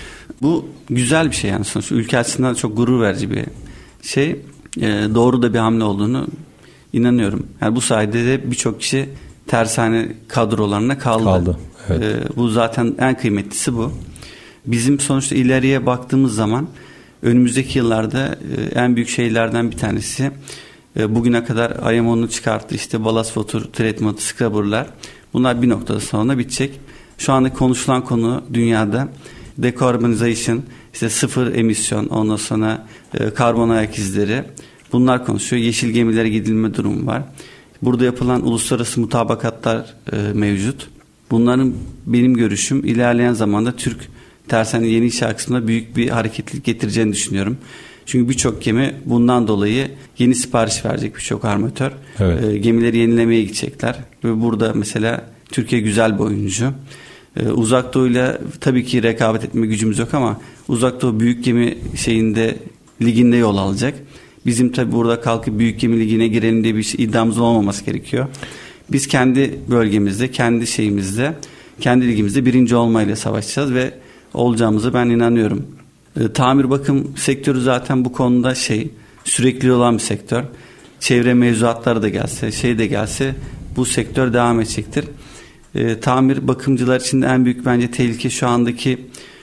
Bu güzel bir şey yani sonuçta. Ülke açısından çok gurur verici bir şey. E, doğru da bir hamle olduğunu İnanıyorum. Yani bu sayede de birçok kişi tersane kadrolarına kaldı. Kaldı. Evet. Ee, bu zaten en kıymetlisi bu. Bizim sonuçta ileriye baktığımız zaman önümüzdeki yıllarda e, en büyük şeylerden bir tanesi e, bugüne kadar I M O'nun çıkarttığı işte ballast water treatment, scrubber'lar. Bunlar bir noktada sonra bitecek. Şu anda konuşulan konu dünyada decarbonization, işte sıfır emisyon, ondan sonra e, karbon ayak izleri. Bunlar konuşuyor. Yeşil gemilere gidilme durumu var. Burada yapılan uluslararası mutabakatlar e, mevcut. Bunların benim görüşüm ilerleyen zamanda Türk tersane yeni inşa kısmında büyük bir hareketlilik getireceğini düşünüyorum. Çünkü birçok gemi bundan dolayı yeni sipariş verecek birçok armatör. Evet. E, gemileri yenilemeye gidecekler. Ve burada mesela Türkiye güzel bir oyuncu. E, Uzak Doğu'yla tabii ki rekabet etme gücümüz yok ama Uzak Doğu büyük gemi şeyinde liginde yol alacak. Bizim tabii burada kalkıp büyük gemi ligine girelim diye bir şey, iddiamızın olmaması gerekiyor. Biz kendi bölgemizde, kendi şeyimizde, kendi ligimizde birinci olmayla savaşacağız ve olacağımıza ben inanıyorum. E, tamir bakım sektörü zaten bu konuda şey sürekli olan bir sektör. Çevre mevzuatları da gelse, şey de gelse bu sektör devam edecektir. E, tamir bakımcılar için de en büyük bence tehlike şu andaki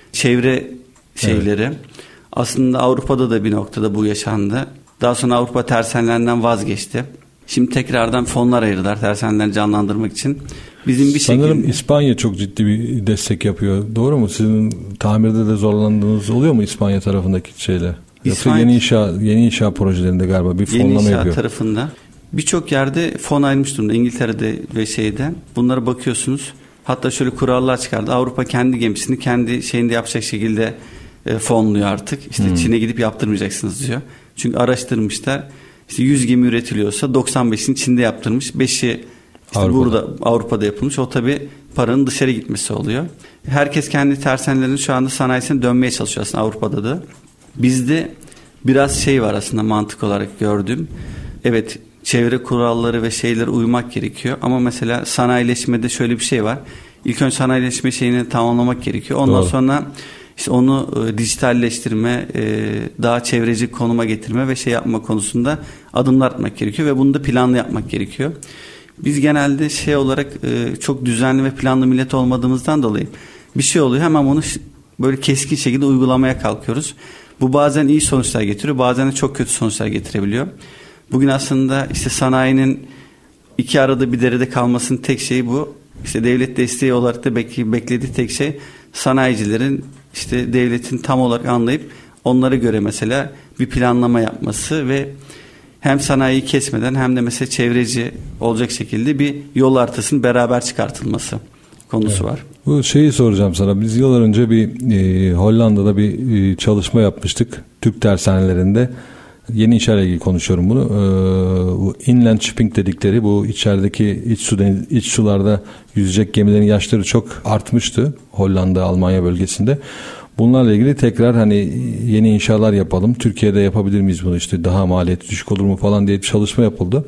çevre şeyleri. Evet. Aslında Avrupa'da da bir noktada bu yaşandı. Daha sonra Avrupa tersanelerinden vazgeçti. Şimdi tekrardan fonlar ayırdılar tersanelerini canlandırmak için. Bizim bir Sanırım şekilde... İspanya çok ciddi bir destek yapıyor. Doğru mu? Sizin tamirde de zorlandığınız oluyor mu İspanya tarafındaki şeyler? İspanya... Yoksa yeni inşa yeni inşa projelerinde galiba bir fonlama yapıyor. Yeni inşa tarafında birçok yerde fon ayrılmış durumda. İngiltere'de ve şeyde. Bunlara bakıyorsunuz. Hatta şöyle kurallar çıkardı. Avrupa kendi gemisini kendi şeyinde yapacak şekilde e, fonluyor artık. İşte hmm. Çin'e gidip yaptırmayacaksınız diyor. Çünkü araştırmışlar. İşte yüz gemi üretiliyorsa doksan beşini Çin'de yaptırmış. beşi işte Avrupa'da. Burada Avrupa'da yapılmış. O tabii paranın dışarı gitmesi oluyor. Herkes kendi tersanelerinin şu anda sanayisine dönmeye çalışıyor aslında Avrupa'da da. Bizde biraz şey var aslında mantık olarak gördüğüm. Evet, çevre kuralları ve şeylere uymak gerekiyor. Ama mesela sanayileşmede şöyle bir şey var. İlk önce sanayileşme şeyini tamamlamak gerekiyor. Ondan Doğru. sonra işte onu e, dijitalleştirme, e, daha çevreci konuma getirme ve şey yapma konusunda adımlar atmak gerekiyor. Ve bunu da planlı yapmak gerekiyor. Biz genelde şey olarak e, çok düzenli ve planlı millet olmadığımızdan dolayı bir şey oluyor. Hemen onu böyle keskin şekilde uygulamaya kalkıyoruz. Bu bazen iyi sonuçlar getiriyor. Bazen de çok kötü sonuçlar getirebiliyor. Bugün aslında işte sanayinin iki arada bir derede kalmasının tek şeyi bu. İşte devlet desteği olarak da bek- beklediği tek şey sanayicilerin işte devletin tam olarak anlayıp onlara göre mesela bir planlama yapması ve hem sanayiyi kesmeden hem de mesela çevreci olacak şekilde bir yol haritasının beraber çıkartılması konusu evet. var. Bu şeyi soracağım sana. Biz yıllar önce bir e, Hollanda'da bir e, çalışma yapmıştık. Türk tersanelerinde. Yeni inşaatla ilgili konuşuyorum bunu. Ee, bu inland shipping dedikleri bu içerideki iç su iç sularda yüzecek gemilerin yaşları çok artmıştı Hollanda, Almanya bölgesinde. Bunlarla ilgili tekrar hani yeni inşaatlar yapalım. Türkiye'de yapabilir miyiz bunu, işte daha maliyeti düşük olur mu falan diye bir çalışma yapıldı.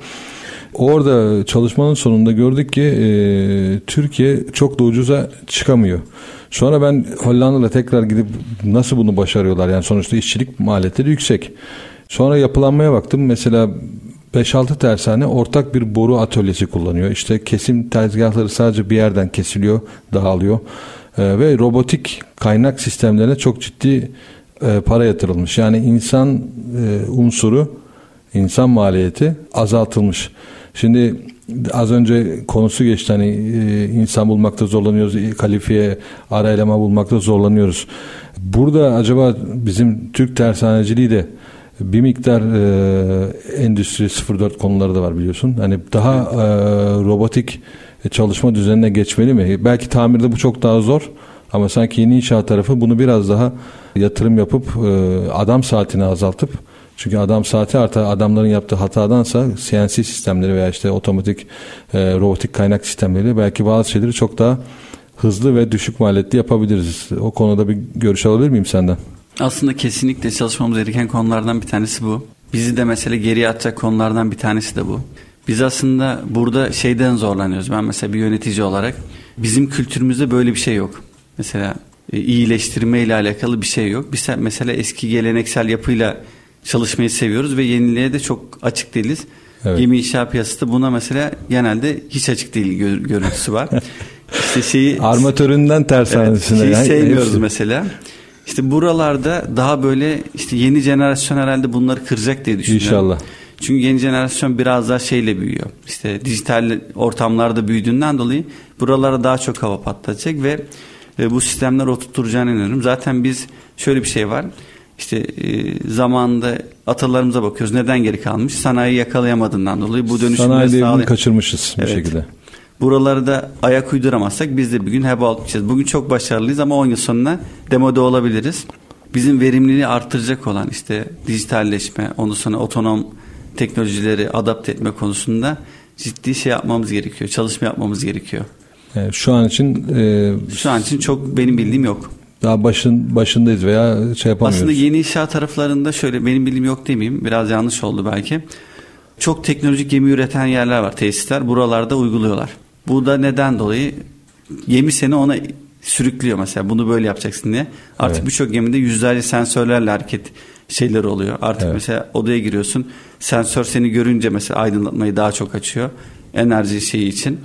Orada çalışmanın sonunda gördük ki e, Türkiye çok da ucuza çıkamıyor. Sonra ben Hollanda'da tekrar gidip nasıl bunu başarıyorlar? Yani sonuçta işçilik maliyetleri yüksek. Sonra yapılanmaya baktım. Mesela beş altı tersane ortak bir boru atölyesi kullanıyor. İşte kesim tezgahları sadece bir yerden kesiliyor, dağılıyor. Ee, ve robotik kaynak sistemlerine çok ciddi e, para yatırılmış. Yani insan e, unsuru, insan maliyeti azaltılmış. Şimdi az önce konusu geçti, hani e, insan bulmakta zorlanıyoruz, kalifiye ara eleman bulmakta zorlanıyoruz. Burada acaba bizim Türk tersaneciliği de bir miktar e, Endüstri sıfır dört konuları da var biliyorsun. Hani daha e, robotik çalışma düzenine geçmeli mi? Belki tamirde bu çok daha zor ama sanki yeni inşaat tarafı bunu biraz daha yatırım yapıp e, adam saatini azaltıp, çünkü adam saati artar, adamların yaptığı hatadansa C N C sistemleri veya işte otomatik e, robotik kaynak sistemleri belki bazı şeyleri çok daha hızlı ve düşük maliyetli yapabiliriz. O konuda bir görüş alabilir miyim senden? Aslında kesinlikle çalışmamız gereken konulardan bir tanesi bu. Bizi de mesela geriye atacak konulardan bir tanesi de bu. Biz aslında burada şeyden zorlanıyoruz. Ben mesela bir yönetici olarak bizim kültürümüzde böyle bir şey yok. Mesela e, iyileştirme ile alakalı bir şey yok. Biz mesela eski geleneksel yapıyla çalışmayı seviyoruz ve yeniliğe de çok açık değiliz. Evet. Gemi inşaat piyasası da buna mesela genelde hiç açık değil gör, görüntüsü var. İşte şeyi armatöründen tersanesine evet, şeyi yani sevmiyoruz hepsi. Mesela. İşte buralarda daha böyle işte yeni jenerasyon herhalde bunları kıracak diye düşünüyorum. İnşallah. Çünkü yeni jenerasyon biraz daha şeyle büyüyor. İşte dijital ortamlarda büyüdüğünden dolayı buralara daha çok hava patlatacak ve e, bu sistemler oturtturacağını inanıyorum. Zaten biz şöyle bir şey var. İşte e, zamanında atalarımıza bakıyoruz. Neden geri kalmış? Sanayi yakalayamadığından dolayı bu dönüşümleri sanayi sağlayan. kaçırmışız bir evet. şekilde. Buraları da ayak uyduramazsak biz de bir gün heba olacağız. Bugün çok başarılıyız ama on yıl sonra demode olabiliriz. Bizim verimliliği artıracak olan işte dijitalleşme, ondan sonra otonom teknolojileri adapte etme konusunda ciddi şey yapmamız gerekiyor. Çalışma yapmamız gerekiyor. Yani şu an için e, şu an için çok benim bildiğim yok. Daha başın başındayız veya şey yapamıyoruz. Aslında yeni inşaat taraflarında şöyle benim bildiğim yok demeyeyim. Biraz yanlış oldu belki. Çok teknolojik gemi üreten yerler var, tesisler. Buralarda uyguluyorlar. Bu da neden dolayı gemi seni ona sürüklüyor mesela. Bunu böyle yapacaksın diye. Artık evet. Birçok gemide yüzlerce sensörlerle hareket şeyler oluyor. Artık evet. Mesela odaya giriyorsun. Sensör seni görünce mesela aydınlatmayı daha çok açıyor. Enerji şeyi için.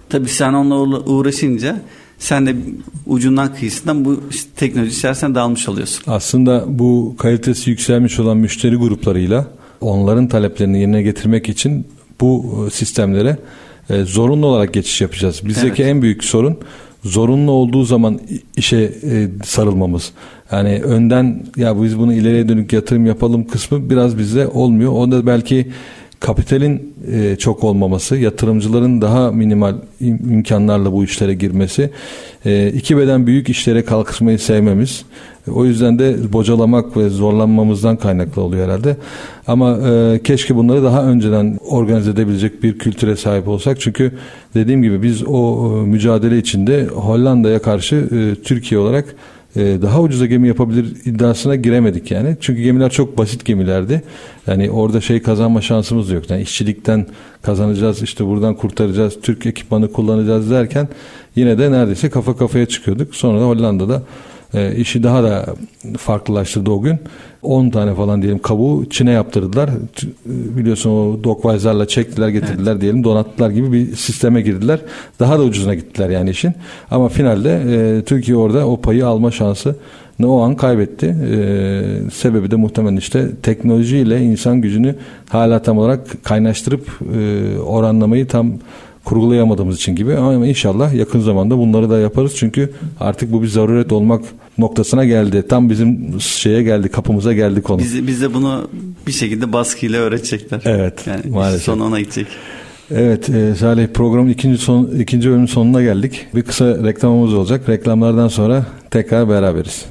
Tabii sen onunla uğraşınca sen de ucundan kıyısından bu teknoloji içerisine dalmış oluyorsun. Aslında bu kalitesi yükselmiş olan müşteri gruplarıyla onların taleplerini yerine getirmek için bu sistemlere e, zorunlu olarak geçiş yapacağız. Bizdeki evet. en büyük sorun zorunlu olduğu zaman işe e, sarılmamız. Yani önden ya biz bunu ileriye dönük yatırım yapalım kısmı biraz bizde olmuyor. O da belki kapitalin e, çok olmaması, yatırımcıların daha minimal im- imkanlarla bu işlere girmesi, e, iki beden büyük işlere kalkışmayı sevmemiz. O yüzden de bocalamak ve zorlanmamızdan kaynaklı oluyor herhalde. Ama e, keşke bunları daha önceden organize edebilecek bir kültüre sahip olsak. Çünkü dediğim gibi biz o e, mücadele içinde Hollanda'ya karşı e, Türkiye olarak e, daha ucuza gemi yapabilir iddiasına giremedik yani. Çünkü gemiler çok basit gemilerdi. Yani orada şey kazanma şansımız yok. Yani işçilikten kazanacağız, işte buradan kurtaracağız, Türk ekipmanı kullanacağız derken yine de neredeyse kafa kafaya çıkıyorduk. Sonra da Hollanda'da E, işi daha da farklılaştırdı o gün. on tane falan diyelim kabuğu Çin'e yaptırdılar. E, biliyorsun o Dockweiser'la çektiler getirdiler evet. diyelim donattılar gibi bir sisteme girdiler. Daha da ucuzuna gittiler yani işin. Ama finalde e, Türkiye orada o payı alma şansı o an kaybetti. Ee, sebebi de muhtemelen işte teknolojiyle insan gücünü hala tam olarak kaynaştırıp e, oranlamayı tam kurgulayamadığımız için gibi. Ama inşallah yakın zamanda bunları da yaparız. Çünkü artık bu bir zaruret olmak noktasına geldi. Tam bizim şeye geldi, kapımıza geldi konu. Biz, biz de bunu bir şekilde baskıyla öğretecekler. Evet. Yani maalesef. Son ona gidecek. Evet e, Salih, programın ikinci son ikinci bölümün sonuna geldik. Bir kısa reklamımız olacak. Reklamlardan sonra tekrar beraberiz.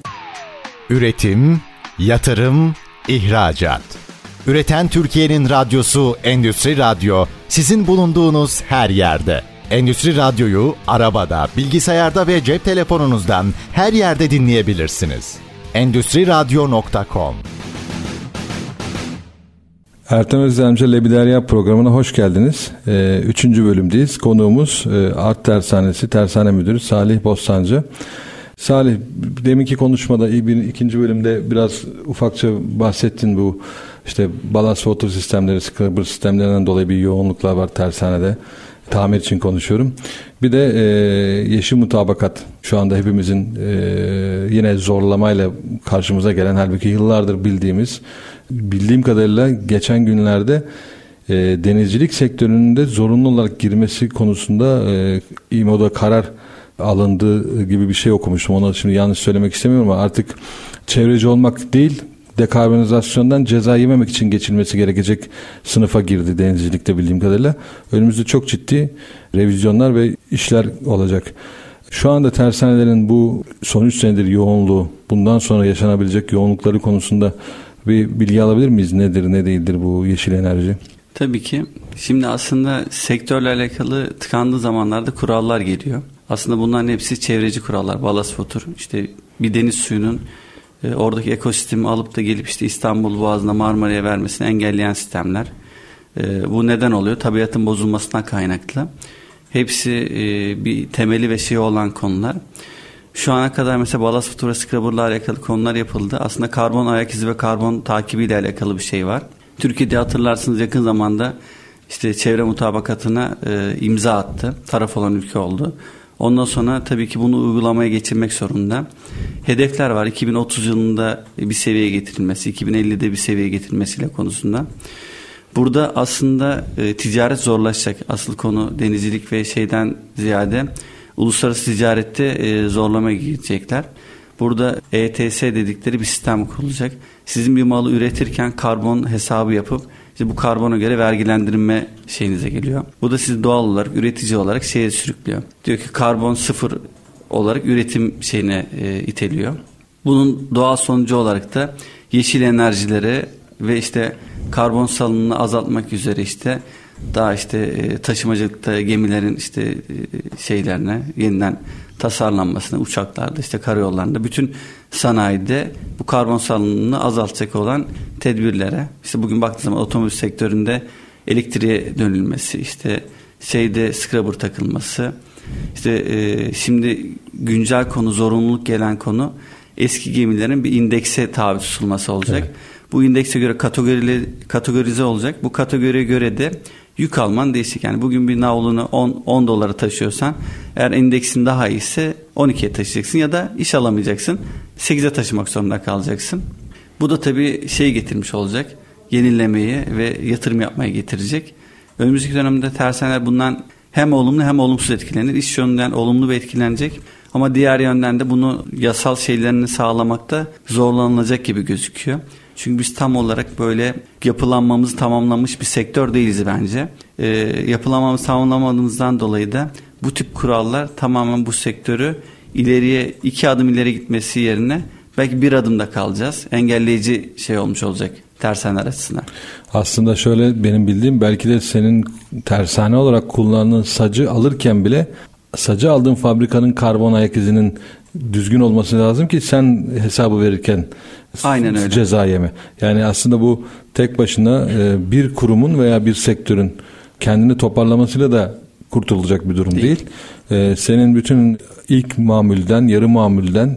Üretim, yatırım, ihracat. Üreten Türkiye'nin radyosu Endüstri Radyo, sizin bulunduğunuz her yerde. Endüstri Radyo'yu arabada, bilgisayarda ve cep telefonunuzdan her yerde dinleyebilirsiniz. endüstri radyo nokta com. Ertan Özlemci Lebiderya programına hoş geldiniz. Ee, üçüncü bölümdeyiz. Konuğumuz e, Art Tersanesi Tersane Müdürü Salih Bostancı. Salih, deminki konuşmada bir ikinci bölümde biraz ufakça bahsettin bu işte ballast water sistemleri, scrubber sistemlerinden dolayı bir yoğunluklar var tersanede. Tamir için konuşuyorum. Bir de e, yeşil mutabakat şu anda hepimizin e, yine zorlamayla karşımıza gelen, halbuki yıllardır bildiğimiz, bildiğim kadarıyla geçen günlerde e, denizcilik sektöründe zorunlu olarak girmesi konusunda e, İ M O'da karar alındığı gibi bir şey okumuştum. Onu şimdi yanlış söylemek istemiyorum ama artık çevreci olmak değil, dekarbonizasyondan ceza yememek için geçilmesi gerekecek sınıfa girdi denizcilikte bildiğim kadarıyla. Önümüzde çok ciddi revizyonlar ve işler olacak. Şu anda tersanelerin bu son üç senedir yoğunluğu, bundan sonra yaşanabilecek yoğunlukları konusunda bir bilgi alabilir miyiz? Nedir, ne değildir bu yeşil enerji? Tabii ki. Şimdi aslında sektörle alakalı tıkandığı zamanlarda kurallar geliyor. Aslında bunların hepsi çevreci kurallar. Ballast water, işte bir deniz suyunun e, oradaki ekosistemi alıp da gelip işte İstanbul Boğazı'na, Marmara'ya vermesini engelleyen sistemler. E, bu neden oluyor? Tabiatın bozulmasından kaynaklı. Hepsi e, bir temeli ve şeyi olan konular. Şu ana kadar mesela ballast water ve scrubber'la alakalı konular yapıldı. Aslında karbon ayak izi ve karbon takibiyle alakalı bir şey var. Türkiye'de hatırlarsınız yakın zamanda işte çevre mutabakatına e, imza attı. Taraf olan ülke oldu. Ondan sonra tabii ki bunu uygulamaya geçirmek zorunda. Hedefler var. iki bin otuz yılında bir seviyeye getirilmesi, iki bin ellide bir seviyeye getirilmesiyle konusunda. Burada aslında e, ticaret zorlaşacak. Asıl konu denizcilik ve şeyden ziyade uluslararası ticarette e, zorlamaya gidecekler. Burada E T S dedikleri bir sistem kurulacak. Sizin bir malı üretirken karbon hesabı yapıp işte bu karbona göre vergilendirme şeyinize geliyor. Bu da sizi doğal olarak, üretici olarak şeye sürüklüyor. Diyor ki karbon sıfır olarak üretim şeyine e, iteliyor. Bunun doğal sonucu olarak da yeşil enerjilere ve işte karbon salınımını azaltmak üzere işte daha işte e, taşımacılıkta gemilerin işte e, şeylerine yeniden tasarlanmasına, uçaklarda, işte karayollarında, bütün sanayide bu karbon salınımını azaltacak olan tedbirlere, işte bugün baktığımız zaman otomobil sektöründe elektriğe dönülmesi, işte şeyde scrubber takılması, işte e, şimdi güncel konu, zorunluluk gelen konu eski gemilerin bir indekse tabi tutulması olacak. Evet. Bu indekse göre kategorili, kategorize olacak. Bu kategoriye göre de yük alman değişik. Yani bugün bir navlunu on dolara taşıyorsan eğer endeksin daha iyiyse on ikiye taşıyacaksın ya da iş alamayacaksın. sekize taşımak zorunda kalacaksın. Bu da tabii şey getirmiş olacak. Yenilemeyi ve yatırım yapmayı getirecek. Önümüzdeki dönemde tersaneler bundan hem olumlu hem olumsuz etkilenir. İş yönünden olumlu ve etkilenecek. Ama diğer yönden de bunu yasal şeylerini sağlamakta zorlanılacak gibi gözüküyor. Çünkü biz tam olarak böyle yapılanmamızı tamamlamış bir sektör değiliz bence. E, yapılanmamızı tamamlamadığımızdan dolayı da bu tip kurallar tamamen bu sektörü ileriye iki adım ileri gitmesi yerine belki bir adımda kalacağız. Engelleyici şey olmuş olacak tersaneler açısından. Aslında şöyle benim bildiğim belki de senin tersane olarak kullandığın sacı alırken bile sacı aldığın fabrikanın karbon ayak izinin düzgün olması lazım ki sen hesabı verirken aynen öyle. Ceza yeme. Yani aslında bu tek başına bir kurumun veya bir sektörün kendini toparlamasıyla da kurtulacak bir durum değil. değil. Senin bütün ilk mamulden, yarı mamulden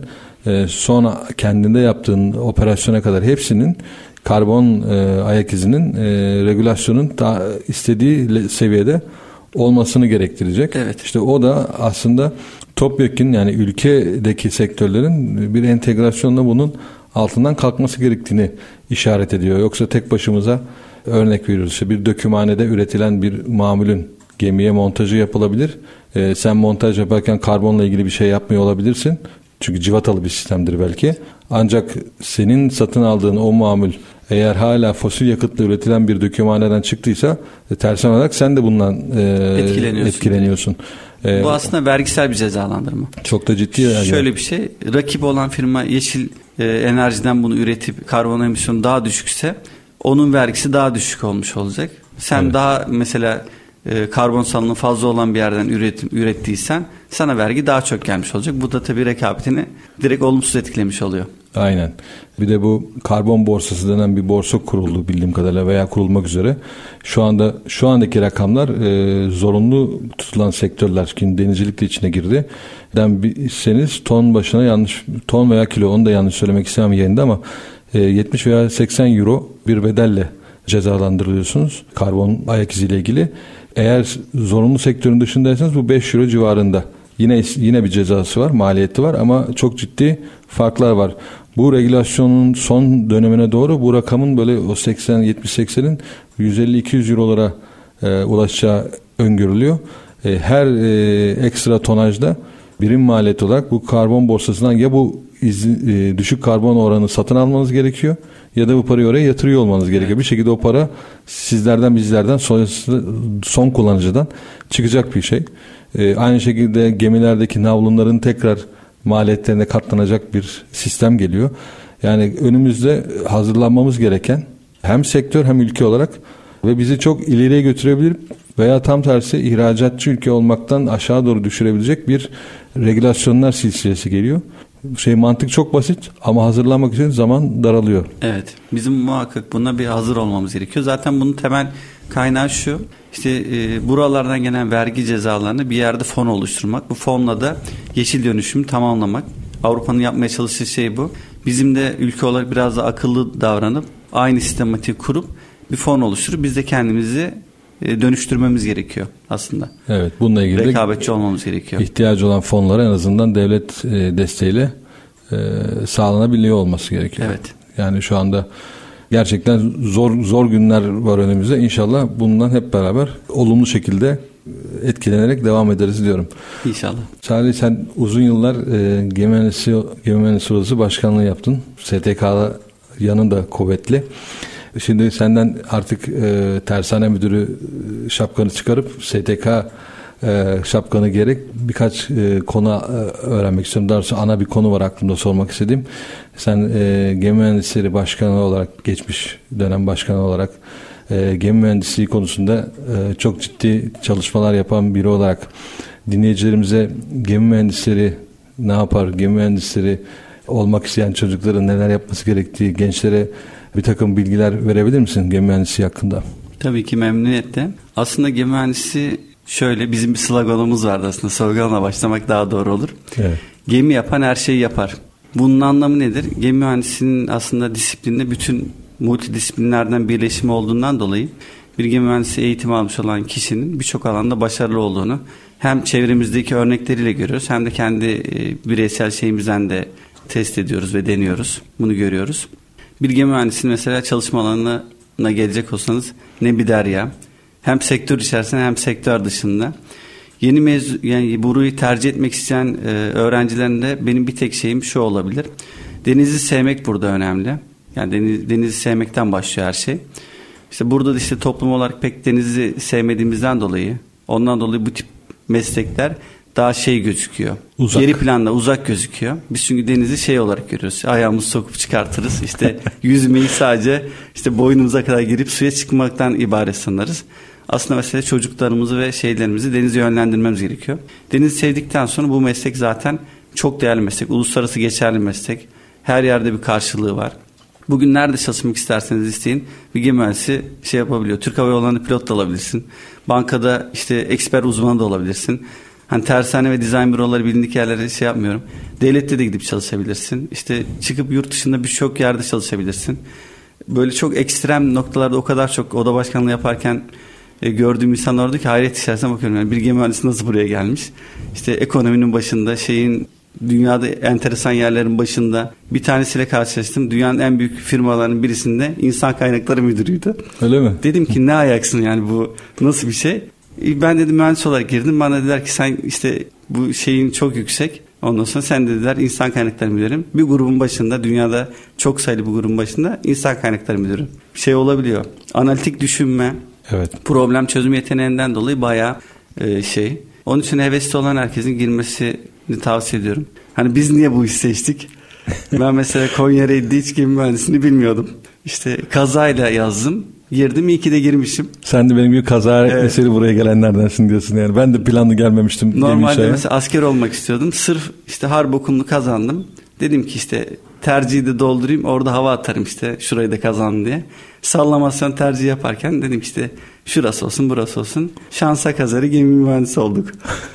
sonra kendinde yaptığın operasyona kadar hepsinin karbon ayak izinin regülasyonun ta istediği seviyede olmasını gerektirecek. Evet. İşte o da aslında topyekün yani ülkedeki sektörlerin bir entegrasyonla bunun altından kalkması gerektiğini işaret ediyor. Yoksa tek başımıza örnek veriyoruz. İşte bir dökümhanede üretilen bir mamulün gemiye montajı yapılabilir. Ee, sen montaj yaparken karbonla ilgili bir şey yapmıyor olabilirsin. Çünkü civatalı bir sistemdir belki. Ancak senin satın aldığın o mamul eğer hala fosil yakıtla üretilen bir dökümhaneden çıktıysa e, tersine olarak sen de bundan e, etkileniyorsun. etkileniyorsun. Bu aslında vergisel bir cezalandırma. Çok da ciddi. Yani. Şöyle bir şey, rakip olan firma yeşil e, enerjiden bunu üretip karbon emisyonu daha düşükse onun vergisi daha düşük olmuş olacak. Sen evet. daha mesela e, karbon salınımı fazla olan bir yerden üretim, ürettiysen sana vergi daha çok gelmiş olacak. Bu da tabii rekabetini direkt olumsuz etkilemiş oluyor. Aynen. Bir de bu karbon borsası denen bir borsa kuruldu bildiğim kadarıyla veya kurulmak üzere. Şu anda şu andaki rakamlar e, zorunlu tutulan sektörler, ki denizcilik de içine girdi. Den bilseniz ton başına yanlış ton veya kilo, onu da yanlış söylemek istemem yayında ama e, yetmiş veya seksen euro bir bedelle cezalandırılıyorsunuz karbon ayak iziyle ilgili. Eğer zorunlu sektörün dışındaysanız bu beş euro civarında. Yine yine bir cezası var, maliyeti var ama çok ciddi farklar var. Bu regülasyonun son dönemine doğru bu rakamın böyle o seksen yetmiş seksenin yüz elli iki yüz eurolara e, ulaşacağı öngörülüyor. E, her e, ekstra tonajda birim maliyet olarak bu karbon borsasından ya bu iz, e, düşük karbon oranı satın almanız gerekiyor ya da bu parayı oraya yatırıyor olmanız gerekiyor. Evet. Bir şekilde o para sizlerden, bizlerden, son, son kullanıcıdan çıkacak bir şey. E, aynı şekilde gemilerdeki navlunların tekrar maliyetlerine katlanacak bir sistem geliyor. Yani önümüzde hazırlanmamız gereken hem sektör hem ülke olarak ve bizi çok ileriye götürebilir veya tam tersi ihracatçı ülke olmaktan aşağı doğru düşürebilecek bir regülasyonlar silsilesi geliyor. Şey mantık çok basit ama hazırlanmak için zaman daralıyor. Evet. Bizim muhakkak buna bir hazır olmamız gerekiyor. Zaten bunun temel kaynağı şu. İşte e, buralardan gelen vergi cezalarını bir yerde fon oluşturmak. Bu fonla da yeşil dönüşümü tamamlamak. Avrupa'nın yapmaya çalıştığı şey bu. Bizim de ülke olarak biraz da akıllı davranıp aynı sistematiği kurup bir fon oluşturup biz de kendimizi e, dönüştürmemiz gerekiyor aslında. Evet, bununla ilgili rekabetçi olmamız gerekiyor. İhtiyacı olan fonlara en azından devlet e, desteğiyle e, sağlanabiliyor olması gerekiyor. Evet. Yani şu anda gerçekten zor zor günler var önümüzde. İnşallah bundan hep beraber olumlu şekilde etkilenerek devam ederiz diyorum. İnşallah. Salih, sen uzun yıllar e, Gemi Mühendisi Gemi Mühendisi Odası Başkanlığı yaptın. S T K'da yanın da kuvvetli. Şimdi senden artık e, tersane müdürü şapkanı çıkarıp S T K e, şapkanı gerek birkaç e, konu e, öğrenmek istiyorum. Daha sonra ana bir konu var aklımda sormak istediğim. Sen e, Gemi Mühendisleri Başkanı olarak, geçmiş dönem başkanı olarak e, gemi mühendisliği konusunda e, çok ciddi çalışmalar yapan biri olarak dinleyicilerimize gemi mühendisleri ne yapar, gemi mühendisleri olmak isteyen çocukların neler yapması gerektiği, gençlere bir takım bilgiler verebilir misin gemi mühendisliği hakkında? Tabii ki memnuniyetle. Aslında gemi mühendisi şöyle, bizim bir sloganımız vardı aslında. Sloganla başlamak daha doğru olur. Evet. Gemi yapan her şeyi yapar. Bunun anlamı nedir? Gemi mühendisinin aslında disiplininde bütün multidisiplinlerden birleşimi olduğundan dolayı bilgi mühendisi eğitimi almış olan kişinin birçok alanda başarılı olduğunu hem çevremizdeki örnekleriyle görüyoruz hem de kendi bireysel şeyimizden de test ediyoruz ve deniyoruz. Bunu görüyoruz. Bilgi mühendisinin mesela çalışma alanına gelecek olsanız ne bir derya. Hem sektör içerisinde hem sektör dışında. Yeni mezun, yani burayı tercih etmek isteyen e, öğrencilerin de benim bir tek şeyim şu olabilir. Denizi sevmek burada önemli. Yani deniz, denizi sevmekten başlıyor her şey. İşte burada da işte toplum olarak pek denizi sevmediğimizden dolayı, ondan dolayı bu tip meslekler daha şey gözüküyor. Uzak. Geri planda uzak gözüküyor. Biz çünkü denizi şey olarak görüyoruz. Ayağımızı sokup çıkartırız. İşte yüzmeyi sadece işte boynumuza kadar girip suya çıkmaktan ibaret sanırız. Aslında mesela çocuklarımızı ve şeylerimizi denize yönlendirmemiz gerekiyor. Denizi sevdikten sonra bu meslek zaten çok değerli meslek. Uluslararası geçerli meslek. Her yerde bir karşılığı var. Bugün nerede çalışmak isterseniz isteyin. Bilgi mühendisi şey yapabiliyor. Türk Hava Yolları'nda pilot da olabilirsin. Bankada işte eksper uzmanı da olabilirsin. Hani tersane ve dizayn büroları bilindik yerlere şey yapmıyorum. Devlette de gidip çalışabilirsin. İşte çıkıp yurt dışında birçok yerde çalışabilirsin. Böyle çok ekstrem noktalarda o kadar çok oda başkanlığı yaparken e, gördüğüm insanlar orada ki hayret içerisine bakıyorum. Yani bilgi mühendisi nasıl buraya gelmiş? İşte ekonominin başında, şeyin dünyada enteresan yerlerin başında bir tanesiyle karşılaştım. Dünyanın en büyük firmalarının birisinde insan kaynakları müdürüydü. Öyle mi? Dedim ki ne ayaksın yani, bu nasıl bir şey? Ben dedim mühendis olarak girdim. Bana dediler ki sen işte bu şeyin çok yüksek. Ondan sonra sen dediler insan kaynakları müdürüm. Bir grubun başında, dünyada çok sayılı bir grubun başında insan kaynakları müdürü. Bir şey olabiliyor. Analitik düşünme, evet, problem çözüm yeteneğinden dolayı bayağı e, şey. Onun için hevesli olan herkesin girmesini tavsiye ediyorum. Hani biz niye bu işi seçtik? Ben mesela Konya Reddi iç gemi mühendisliğini bilmiyordum. İşte kazayla yazdım. Girdim, iyi ki de girmişim. Sen de benim gibi kaza evet. eseri buraya gelenlerdensin diyorsun yani. Ben de planlı gelmemiştim. Normalde mesela asker olmak istiyordum. Sırf işte harp okulunu kazandım. Dedim ki işte tercihi de doldurayım, orada hava atarım işte şurayı da kazandım diye. Sallamasyon tercih yaparken dedim işte şurası olsun burası olsun. Şansa kazarı gemi mühendisi olduk.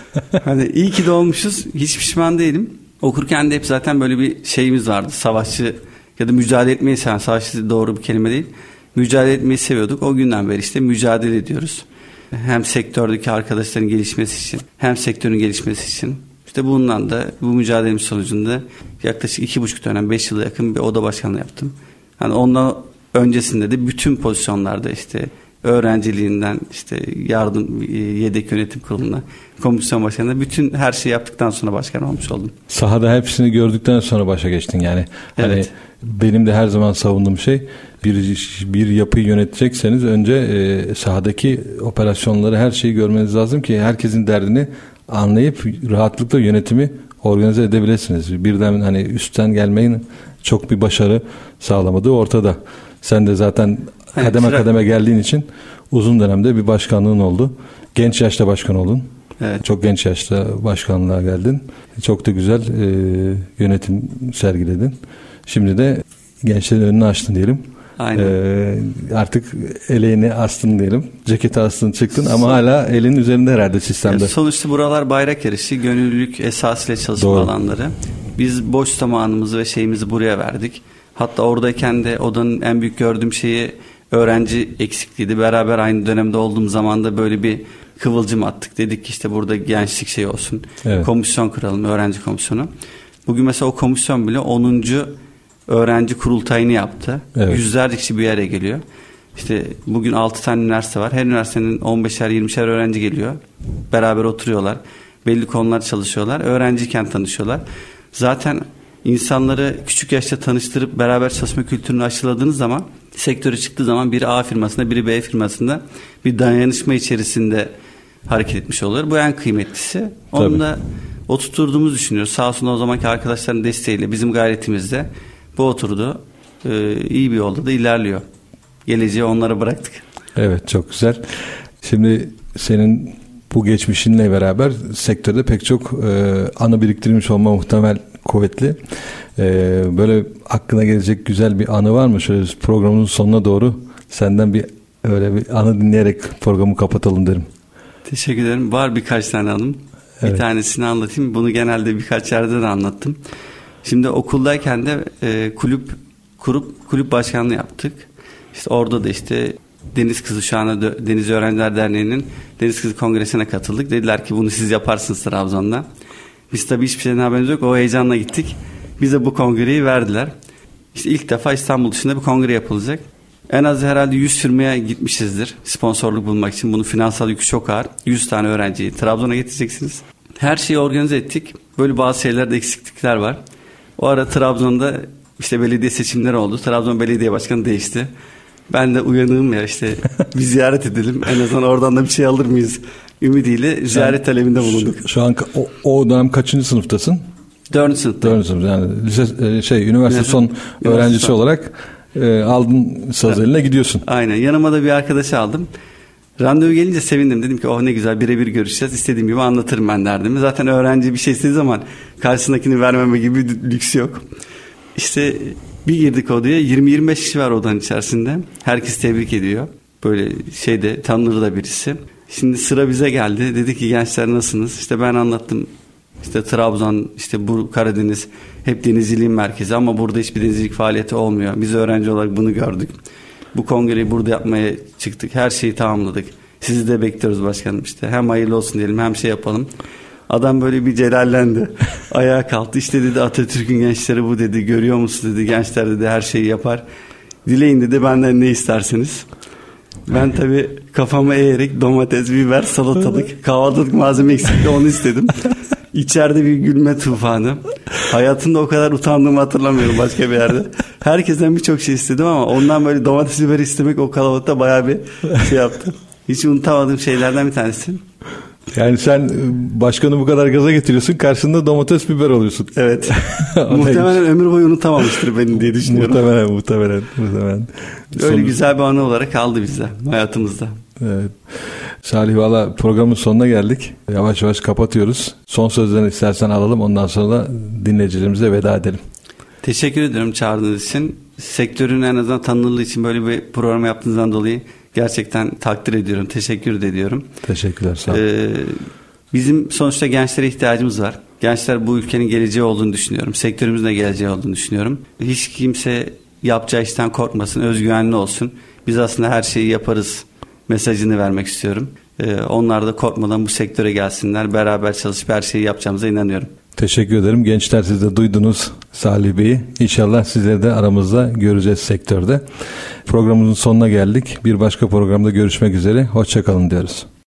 Hani iyi ki de olmuşuz. Hiç pişman değilim. Okurken de hep zaten böyle bir şeyimiz vardı. Savaşçı ya da mücadele etmeyi seven, savaşçı doğru bir kelime değil. Mücadele etmeyi seviyorduk. O günden beri işte mücadele ediyoruz. Hem sektördeki arkadaşların gelişmesi için, hem sektörün gelişmesi için. İşte bundan da bu mücadelemiz sonucunda yaklaşık iki buçuk dönem, beş yıla yakın bir oda başkanlığı yaptım. Yani ondan öncesinde de bütün pozisyonlarda işte öğrenciliğinden işte yardım yedek yönetim kuruluna, komisyon başkanına bütün her şeyi yaptıktan sonra başkan olmuş oldum. Sahada hepsini gördükten sonra başa geçtin yani. Hani evet. Benim de her zaman savunduğum şey bir bir yapıyı yönetecekseniz önce e, sahadaki operasyonları, her şeyi görmeniz lazım ki herkesin derdini anlayıp rahatlıkla yönetimi organize edebilirsiniz. Birden hani üstten gelmeyin çok bir başarı sağlamadığı ortada. Sen de zaten kademe evet, kademe geldiğin için uzun dönemde bir başkanlığın oldu. Genç yaşta başkan oldun. Evet. Çok genç yaşta başkanlığa geldin. Çok da güzel e, yönetim sergiledin. Şimdi de gençlerin önünü açtın diyelim. Aynen. Ee, artık eleğini astın diyelim. Ceketi astın çıktın ama Son... hala elin üzerinde herhalde sistemde. Ya sonuçta buralar bayrak yarışı, gönüllülük esasıyla çalışma Doğru. alanları. Biz boş zamanımızı ve şeyimizi buraya verdik. Hatta oradayken de odanın en büyük gördüğüm şeyi öğrenci eksikliğiydi. Beraber aynı dönemde olduğum zaman da böyle bir kıvılcım attık. Dedik ki işte burada gençlik şey olsun. Evet. Komisyon kuralım, öğrenci komisyonu. Bugün mesela o komisyon bile onuncu öğrenci kurultayını yaptı. Evet. Yüzlerce kişi bir araya geliyor. İşte bugün altı tane üniversite var. Her üniversitenin on beşer yirmişer öğrenci geliyor. Beraber oturuyorlar. Belli konular çalışıyorlar. Öğrenciyken tanışıyorlar. Zaten insanları küçük yaşta tanıştırıp beraber çalışma kültürünü aşıladığınız zaman sektöre çıktığı zaman biri A firmasında, biri B firmasında bir dayanışma içerisinde hareket etmiş oluyor. Bu en kıymetlisi. Onu Tabii. da oturttuğumuzu düşünüyoruz. Sağ olsun o zamanki arkadaşların desteğiyle bizim gayretimizde bu oturdu. Ee, iyi bir yolda da ilerliyor. Geleceği onlara bıraktık. Evet, çok güzel. Şimdi senin bu geçmişinle beraber sektörde pek çok e, anı biriktirmiş olma muhtemel kuvvetli. E, böyle aklına gelecek güzel bir anı var mı? Şöyle programın sonuna doğru senden bir öyle bir anı dinleyerek programı kapatalım derim. Teşekkür ederim. Var birkaç tane anım. Evet. Bir tanesini anlatayım. Bunu genelde birkaç yerde de anlattım. Şimdi okuldayken de e, kulüp kurup kulüp başkanlığı yaptık. İşte orada da işte Deniz Kızı şu anda Deniz Öğrenciler Derneği'nin Deniz Kızı Kongresi'ne katıldık. Dediler ki bunu siz yaparsınız Trabzon'da. Biz tabii hiçbir şeyden haberimiz yok. O heyecanla gittik. Bize bu kongreyi verdiler. İşte ilk defa İstanbul dışında bir kongre yapılacak. En az herhalde yüz firmaya gitmişizdir sponsorluk bulmak için. Bunun finansal yükü çok ağır. yüz tane öğrenciyi Trabzon'a getireceksiniz. Her şeyi organize ettik. Böyle bazı şeylerde eksiklikler var. O ara Trabzon'da işte belediye seçimleri oldu. Trabzon Belediye Başkanı değişti. Ben de uyanığım ya işte bir ziyaret edelim. En azından oradan da bir şey alır mıyız ümidiyle ziyaret Sen, talebinde bulunduk. Şu, şu an o, o dönem kaçıncı sınıftasın? Dördüncü sınıfta. Dördüncü sınıf yani lise, şey üniversite son öğrencisi son. olarak e, aldın saz eline gidiyorsun. Aynen, yanıma da bir arkadaşı aldım. Randevu gelince sevindim. Dedim ki oh ne güzel, birebir görüşeceğiz. İstediğim gibi anlatırım ben derdimi. Zaten öğrenci bir şey istediği zaman karşısındakini vermeme gibi bir lüks yok. İşte bir girdik odaya, yirmi yirmi beş kişi var odanın içerisinde. Herkes tebrik ediyor. Böyle şeyde tanınır da birisi. Şimdi sıra bize geldi. Dedi ki gençler nasılsınız? İşte ben anlattım. İşte Trabzon, işte bu Karadeniz hep denizciliğin merkezi ama burada hiçbir denizcilik faaliyeti olmuyor. Biz öğrenci olarak bunu gördük. Bu kongreyi burada yapmaya çıktık. Her şeyi tamamladık. Sizi de bekliyoruz başkanım işte. Hem hayırlı olsun diyelim hem şey yapalım. Adam böyle bir celallendi. Ayağa kalktı. İşte dedi Atatürk'ün gençleri bu dedi. Görüyor musun dedi. Gençler dedi her şeyi yapar. Dileyin dedi benden ne isterseniz. Ben tabii kafamı eğerek domates, biber, salatalık, kahvaltılık malzeme eksikti onu istedim. İçeride bir gülme tufanı. Hayatımda o kadar utandığımı hatırlamıyorum başka bir yerde. Herkesten birçok şey istedim ama ondan böyle domates, biber istemek o kalabalıkta bayağı bir şey yaptı. Hiç unutamadığım şeylerden bir tanesi. Yani sen başkanı bu kadar gaza getiriyorsun, karşında domates, biber alıyorsun. Evet. Muhtemelen ömür boyu unutamamıştır beni diye düşünüyorum. Muhtemelen, muhtemelen. muhtemelen. Öyle Son... güzel bir anı olarak kaldı bizde hayatımızda. Evet. Salih valla programın sonuna geldik. Yavaş yavaş kapatıyoruz. Son sözlerini istersen alalım, ondan sonra da dinleyicilerimize veda edelim. Teşekkür ederim çağırdığınız için. Sektörün en azından tanınırlığı için böyle bir program yaptığınızdan dolayı gerçekten takdir ediyorum. Teşekkür de ediyorum. Teşekkürler, sağ olun. Ee, bizim sonuçta gençlere ihtiyacımız var. Gençler bu ülkenin geleceği olduğunu düşünüyorum. Sektörümüzün de geleceği olduğunu düşünüyorum. Hiç kimse yapacağı işten korkmasın, özgüvenli olsun. Biz aslında her şeyi yaparız mesajını vermek istiyorum. Ee, onlar da korkmadan bu sektöre gelsinler. Beraber çalışıp her şeyi yapacağımıza inanıyorum. Teşekkür ederim. Gençler, siz de duydunuz Salih Bey'i. İnşallah sizleri de aramızda göreceğiz sektörde. Programımızın sonuna geldik. Bir başka programda görüşmek üzere. Hoşça kalın diyoruz.